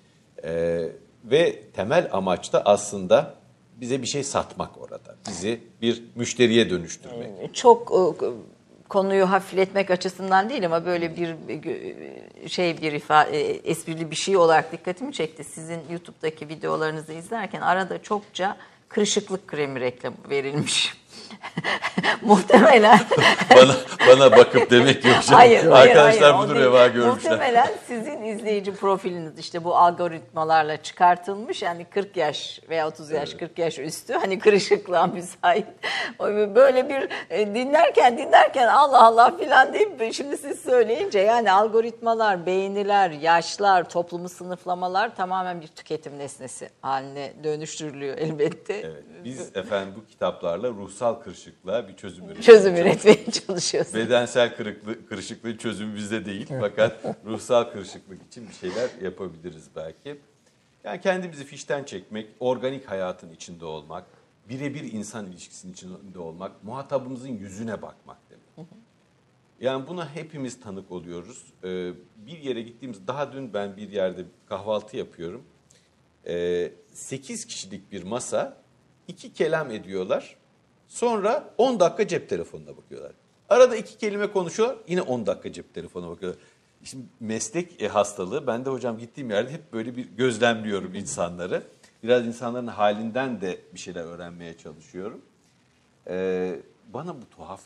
Ve temel amaç da aslında bize bir şey satmak orada. Bizi bir müşteriye dönüştürmek. Çok konuyu hafifletmek açısından değil ama böyle bir esprili bir şey olarak dikkatimi çekti. Sizin YouTube'daki videolarınızı izlerken arada çokça kırışıklık kremi reklamı verilmiş. Muhtemelen. bana bakıp demek yok. Arkadaşlar bunu reva görmüşler. Muhtemelen sizin izleyici profiliniz işte bu algoritmalarla çıkartılmış. Yani 40 yaş veya 30 yaş, 40 yaş üstü hani kırışıklığa müsait. Böyle bir dinlerken Allah Allah filan deyip şimdi siz söyleyince yani algoritmalar, beğeniler, yaşlar, toplumu sınıflamalar tamamen bir tüketim nesnesi haline dönüştürülüyor elbette. Evet, biz bu kitaplarla ruhsal kırışıklığa bir çözüm üretmeye çalışıyoruz. Bedensel kırışıklığın çözümü bizde değil fakat ruhsal kırışıklık için bir şeyler yapabiliriz belki. Yani kendimizi fişten çekmek, organik hayatın içinde olmak, birebir insan ilişkisinin içinde olmak, muhatabımızın yüzüne bakmak demek. Yani buna hepimiz tanık oluyoruz. Bir yere gittiğimiz, daha dün ben bir yerde kahvaltı yapıyorum. 8 kişilik bir masa, 2 kelam ediyorlar. Sonra 10 dakika cep telefonuna bakıyorlar. Arada 2 kelime konuşuyorlar, yine 10 dakika cep telefonuna bakıyorlar. Şimdi meslek hastalığı, ben de hocam gittiğim yerde hep böyle bir gözlemliyorum insanları. Biraz insanların halinden de bir şeyler öğrenmeye çalışıyorum. Bana bu tuhaf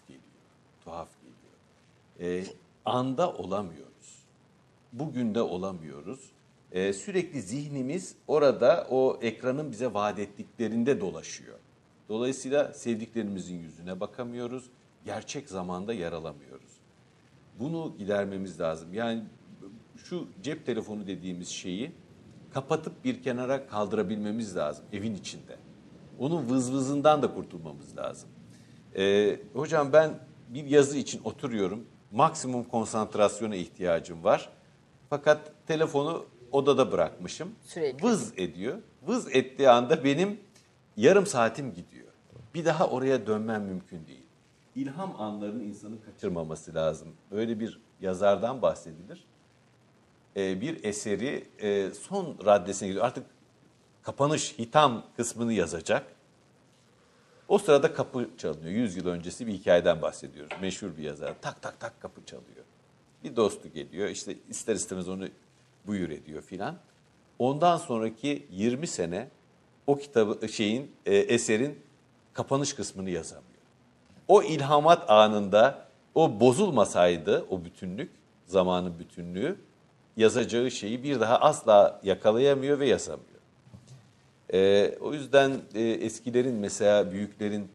geliyor. Anda olamıyoruz. Bugün de olamıyoruz. Sürekli zihnimiz orada o ekranın bize vaat ettiklerinde dolaşıyor. Dolayısıyla sevdiklerimizin yüzüne bakamıyoruz. Gerçek zamanda yer alamıyoruz. Bunu gidermemiz lazım. Yani şu cep telefonu dediğimiz şeyi kapatıp bir kenara kaldırabilmemiz lazım evin içinde. Onun vızvızından da kurtulmamız lazım. Hocam ben bir yazı için oturuyorum. Maksimum konsantrasyona ihtiyacım var. Fakat telefonu odada bırakmışım. Sürekli. Vız ediyor. Vız ettiği anda benim yarım saatim gidiyor. Bir daha oraya dönmem mümkün değil. İlham anlarını insanın kaçırmaması lazım. Öyle bir yazardan bahsedilir. Bir eseri son raddesine gidiyor. Artık kapanış, hitam kısmını yazacak. O sırada kapı çalınıyor. 100 yıl öncesi bir hikayeden bahsediyoruz. Meşhur bir yazar. Tak tak tak kapı çalıyor. Bir dostu geliyor. İşte ister istemez onu buyur ediyor filan. Ondan sonraki 20 sene o kitabı eserin kapanış kısmını yazamıyor. O ilhamat anında o bozulmasaydı o bütünlük, zamanın bütünlüğü yazacağı şeyi bir daha asla yakalayamıyor ve yazamıyor. O yüzden eskilerin mesela büyüklerin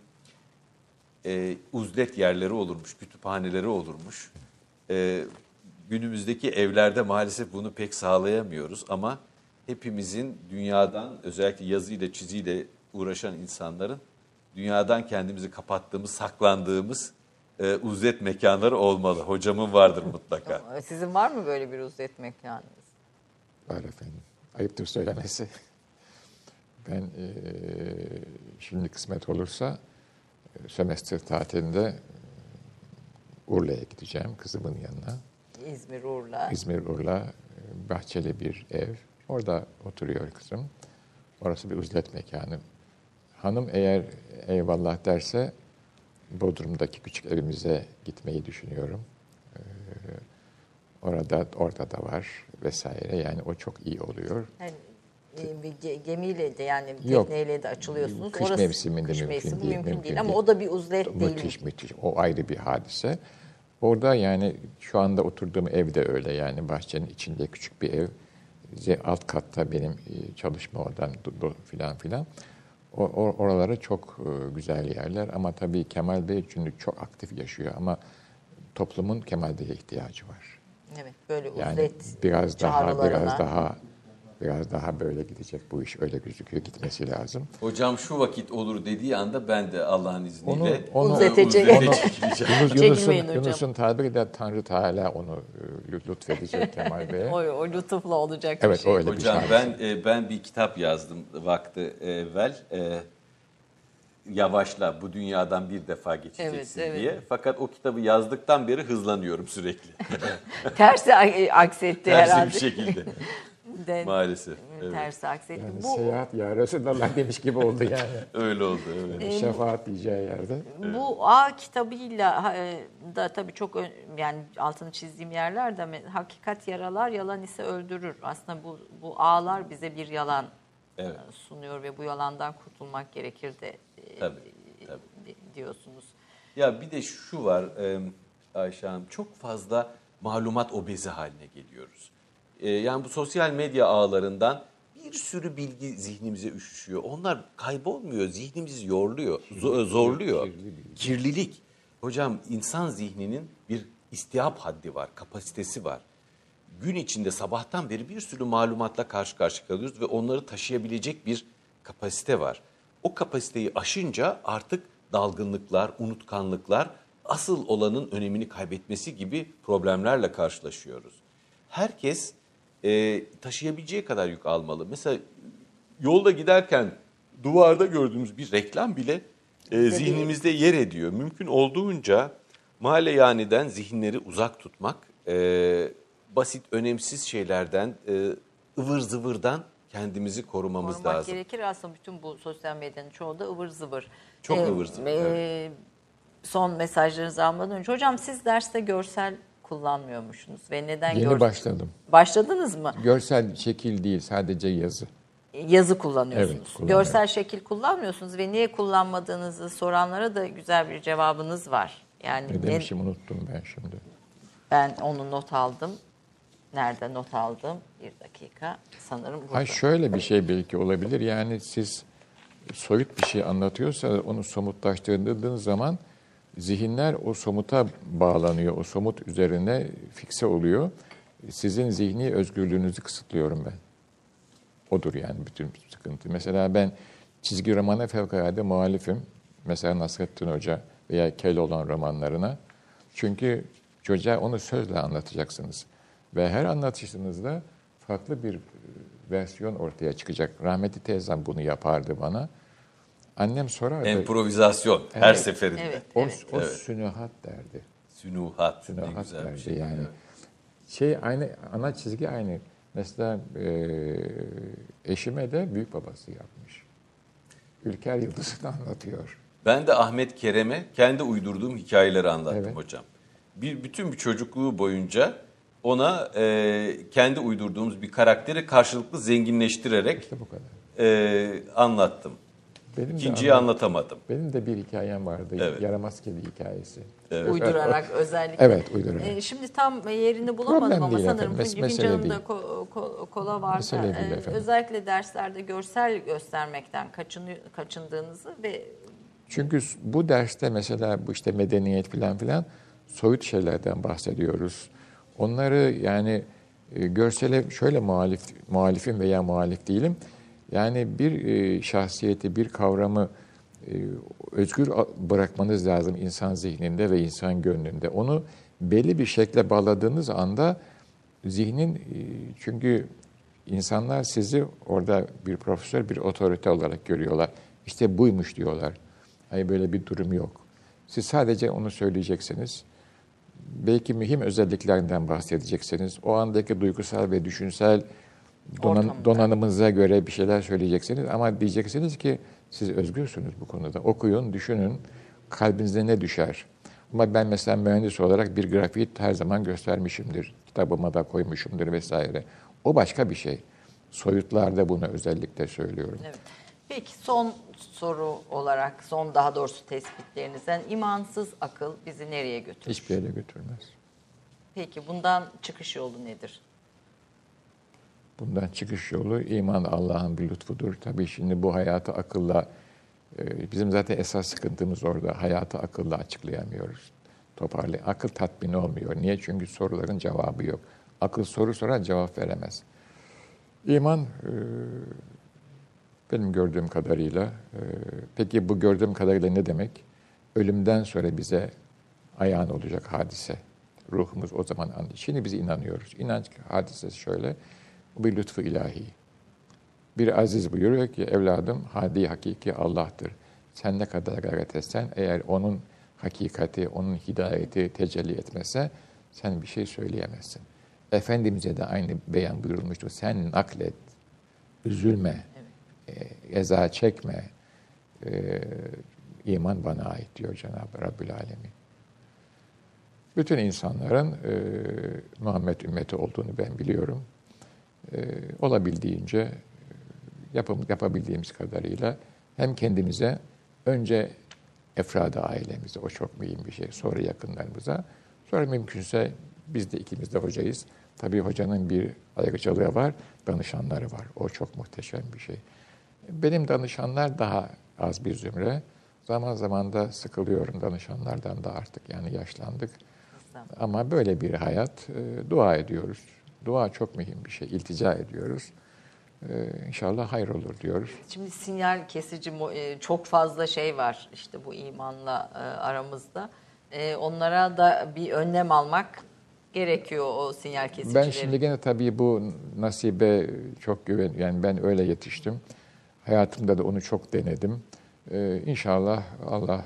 uzlet yerleri olurmuş, kütüphaneleri olurmuş. Günümüzdeki evlerde maalesef bunu pek sağlayamıyoruz ama hepimizin dünyadan, özellikle yazıyla, çiziyle uğraşan insanların dünyadan kendimizi kapattığımız, saklandığımız uzlet mekanları olmalı. Hocamın vardır mutlaka. Sizin var mı böyle bir uzlet mekanınız? Var efendim. Ayıptır söylemesi. Ben şimdi kısmet olursa sömestr tatilinde Urla'ya gideceğim kızımın yanına. İzmir, Urla, bahçeli bir ev. Orada oturuyor kızım. Orası bir uzlet mekanı. Hanım eğer eyvallah derse Bodrum'daki küçük evimize gitmeyi düşünüyorum. Orada da var vesaire. Yani o çok iyi oluyor. Yani Gemiyle de yani Yok. tekneyle de açılıyorsunuz. Kış mevsiminde kış mümkün mevsimi değil, mümkün mümkün değil. Ama değil. o da bir uzlet değil. Müthiş. O ayrı bir hadise. Orada yani şu anda oturduğum ev de öyle yani bahçenin içinde küçük bir ev. Alt katta benim çalışma odam filan. Oraları çok güzel yerler ama tabii Kemal Bey çünkü çok aktif yaşıyor ama toplumun Kemal Bey'e ihtiyacı var. Evet, böyle Yani uzlet biraz çağrılarına. daha böyle gidecek bu iş, öyle gözüküyor, gitmesi lazım. Hocam şu vakit olur dediği anda ben de Allah'ın izniyle Çekilmeyin hocam. Yunus'un tabiri de Tanrı Teala onu lütfedecek Kemal Bey'e. O lütufla olacak Evet, bir şey. öyle Hocam bir şey. ben bir kitap yazdım vakti evvel. Yavaşla, bu dünyadan bir defa geçeceksin Evet. diye. Fakat o kitabı yazdıktan beri hızlanıyorum sürekli. Tersi aksetti Tersi herhalde. bir şekilde. Maalesef. Evet. Tersi aksetti. Yani Bu seyahat ya Resulallah demiş gibi oldu yani. Öyle oldu. Evet. Şefaat diyeceği yerde. Bu A kitabıyla da tabii çok yani altını çizdiğim yerler de hakikat yaralar, yalan ise öldürür. Aslında bu A'lar bize bir yalan sunuyor ve bu yalandan kurtulmak gerekir de Tabii. diyorsunuz. Ya bir de şu var Ayşe Hanım, çok fazla malumat obezi haline geliyoruz. Yani bu sosyal medya ağlarından bir sürü bilgi zihnimize üşüşüyor. Onlar kaybolmuyor, zihnimizi yorluyor, zorluyor. Kirlilik. Hocam insan zihninin bir istihap haddi var, kapasitesi var. Gün içinde sabahtan beri bir sürü malumatla karşı karşıya kalıyoruz ve onları taşıyabilecek bir kapasite var. O kapasiteyi aşınca artık dalgınlıklar, unutkanlıklar, asıl olanın önemini kaybetmesi gibi problemlerle karşılaşıyoruz. Herkes taşıyabileceği kadar yük almalı. Mesela yolda giderken duvarda gördüğümüz bir reklam bile zihnimizde yer ediyor. Mümkün olduğunca maleyaniden zihinleri uzak tutmak, basit, önemsiz şeylerden, ıvır zıvırdan kendimizi korumamız lazım. Gerekir aslında bütün bu sosyal medyanın çoğu da ıvır zıvır. Çok ıvır zıvır. Evet. Son mesajlarınızı almadan önce. Hocam siz derste görsel kullanmıyormuşsunuz ve neden Yeni başladım. Başladınız mı? Görsel şekil değil, sadece yazı. Yazı kullanıyorsunuz. Evet, kullanıyorum. Görsel şekil kullanmıyorsunuz ve niye kullanmadığınızı soranlara da güzel bir cevabınız var. Yani Ne demişim unuttum ben şimdi. Ben onu not aldım. Nerede not aldım? Bir dakika. Sanırım burada. Şöyle bir şey belki olabilir. Yani siz soyut bir şey anlatıyorsa onu somutlaştırdığınız zaman zihinler o somuta bağlanıyor. O somut üzerine fikse oluyor. Sizin zihni özgürlüğünüzü kısıtlıyorum ben. Odur yani bütün sıkıntı. Mesela ben çizgi romana fevkalade muhalifim. Mesela Nasrettin Hoca veya Keloğlan romanlarına. Çünkü çocuğa onu sözle anlatacaksınız. Ve her anlatışınızda farklı bir versiyon ortaya çıkacak. Rahmetli teyzem bunu yapardı bana. Annem sorardı. Emprovizasyon her seferinde. Evet. Sünuhat derdi. Sünuhat. Ne Sünuhat güzel bir derdi şey. yani. Şey aynı, ana çizgi aynı. Mesela eşime de büyük babası yapmış. Ülker Yıldız'ını anlatıyor. Ben de Ahmet Kerem'e kendi uydurduğum hikayeleri anlattım hocam. Bütün bir çocukluğu boyunca ona kendi uydurduğumuz bir karakteri karşılıklı zenginleştirerek İşte bu kadar. anlattım. İkinciyi anlatamadım. Benim de bir hikayem vardı. Yaramaz kedi hikayesi. Evet. Uydurarak özellikle. Evet, uydurarak. Şimdi tam yerini bulamadım Problem ama değil sanırım efendim. fincanımda kola varsa özellikle derslerde görsel göstermekten kaçındığınızı ve çünkü bu derste mesela bu işte medeniyet filan soyut şeylerden bahsediyoruz. Onları yani görsele şöyle muhalifim veya muhalif değilim. Yani bir şahsiyeti, bir kavramı özgür bırakmanız lazım insan zihninde ve insan gönlünde. Onu belli bir şekle bağladığınız anda zihnin, çünkü insanlar sizi orada bir profesör, bir otorite olarak görüyorlar. İşte buymuş diyorlar. Hayır, böyle bir durum yok. Siz sadece onu söyleyeceksiniz. Belki mühim özelliklerinden bahsedeceksiniz. O andaki duygusal ve düşünsel donanımınıza göre bir şeyler söyleyeceksiniz. Ama diyeceksiniz ki siz özgürsünüz bu konuda. Okuyun, düşünün. Kalbinize ne düşer? Ama ben mesela mühendis olarak bir grafiği her zaman göstermişimdir. Kitabıma da koymuşumdur vesaire. O başka bir şey. soyutlarda bunu özellikle söylüyorum. Evet. Peki son soru olarak, daha doğrusu tespitlerinizden, imansız akıl bizi nereye götürür? Hiçbir yere götürmez. Peki bundan çıkış yolu nedir? Bundan çıkış yolu iman Allah'ın bir lütfudur. Tabii şimdi bu hayatı akılla, bizim zaten esas sıkıntımız orada. Hayatı akılla açıklayamıyoruz. Akıl tatmin olmuyor. Niye? Çünkü soruların cevabı yok. Akıl soru sorar, cevap veremez. İman benim gördüğüm kadarıyla, peki bu gördüğüm kadarıyla ne demek? Ölümden sonra bize ayağın olacak hadise. Ruhumuz o zaman anlıyor. Şimdi biz inanıyoruz. İnanç hadisesi şöyle, bu bir lütfu ilahi. Bir aziz buyuruyor ki, evladım hadi hakiki Allah'tır. Sen ne kadar gayret etsen, eğer onun hakikati, onun hidayeti tecelli etmese sen bir şey söyleyemezsin. Efendimiz'e de aynı beyan buyurulmuştu. Sen naklet, üzülme, eza çekme. İman bana ait diyor Cenab-ı Rabbül Alemin. Bütün insanların Muhammed ümmeti olduğunu ben biliyorum. Olabildiğince yapabildiğimiz kadarıyla hem kendimize, önce efrada ailemize, o çok mühim bir şey, sonra yakınlarımıza, sonra mümkünse biz de ikimiz de hocayız. Tabii hocanın bir ayrıcalığı var, danışanları var. O çok muhteşem bir şey. Benim danışanlar daha az bir zümre. Zaman zaman da sıkılıyorum danışanlardan da artık, yani yaşlandık. Ama böyle bir hayat, dua ediyoruz. Dua çok mühim bir şey, iltica ediyoruz. İnşallah hayır olur diyoruz. Şimdi sinyal kesici çok fazla şey var işte bu imanla aramızda. Onlara da bir önlem almak gerekiyor, o sinyal kesicileri. Ben şimdi gene tabii bu nasibe çok yani ben öyle yetiştim. Hayatımda da onu çok denedim. İnşallah Allah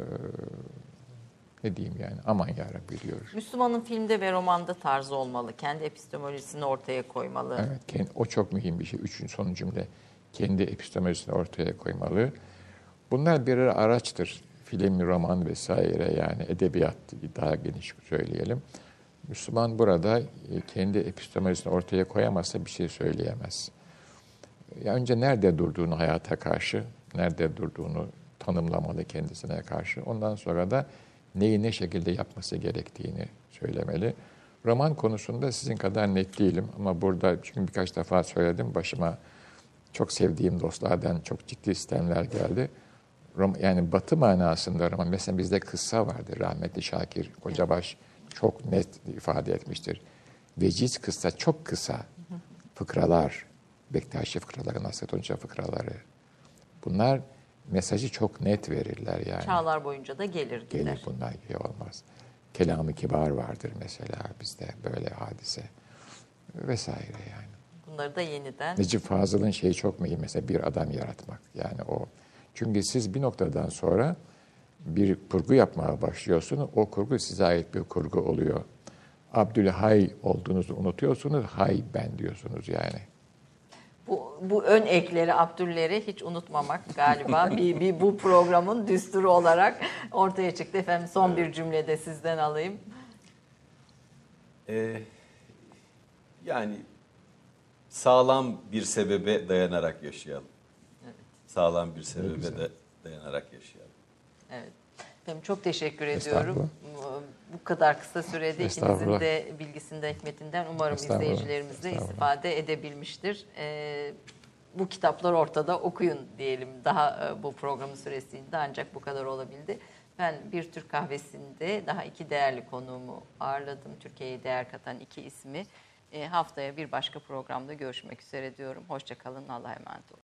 ne diyeyim yani, aman yarabbi diyoruz. Müslümanın filmde ve romanda tarzı olmalı. Kendi epistemolojisini ortaya koymalı. Evet, o çok mühim bir şey. Son cümle. Kendi epistemolojisini ortaya koymalı. Bunlar birer araçtır. Film, roman vesaire, yani edebiyat daha geniş söyleyelim. Müslüman burada kendi epistemolojisini ortaya koyamazsa bir şey söyleyemez. Ya önce nerede durduğunu hayata karşı, nerede durduğunu tanımlamalı kendisine karşı. Ondan sonra da neyi ne şekilde yapması gerektiğini söylemeli. Roman konusunda sizin kadar net değilim ama burada, çünkü birkaç defa söyledim, başıma çok sevdiğim dostlardan çok ciddi sistemler geldi. Yani Batı manasında roman, mesela bizde kıssa vardır. Rahmetli Şakir Kocabaş çok net ifade etmiştir. Veciz kıssa, çok kısa fıkralar, Bektaşi fıkraları, Nasrettin Hoca fıkraları. Bunlar mesajı çok net verirler yani. Çağlar boyunca da gelir gider. Gelir, bunlar gibi olmaz. Kelam-ı kibar vardır mesela bizde, böyle hadise vesaire yani. Bunları da yeniden... Necip Fazıl'ın şeyi çok mühim mesela, bir adam yaratmak. Yani o. Çünkü siz bir noktadan sonra bir kurgu yapmaya başlıyorsunuz. O kurgu size ait bir kurgu oluyor. Abdülhay olduğunuzu unutuyorsunuz. Hay ben diyorsunuz yani. Bu ön ekleri, Abdülleri hiç unutmamak galiba bu programın düsturu olarak ortaya çıktı. Efendim son bir cümlede sizden alayım. Yani sağlam bir sebebe dayanarak yaşayalım. Evet. Sağlam bir sebebe de dayanarak yaşayalım. Evet. Efendim çok teşekkür ediyorum. Bu kadar kısa sürede ikinizin de bilgisinden, hikmetinden umarım izleyicilerimiz de istifade edebilmiştir. Bu kitaplar ortada, okuyun diyelim. Daha bu programın süresinde ancak bu kadar olabildi. Ben Bir Türk Kahvesi'nde daha iki değerli konuğumu ağırladım. Türkiye'ye değer katan iki ismi. Haftaya bir başka programda görüşmek üzere diyorum. Hoşça kalın, Allah'a emanet olun.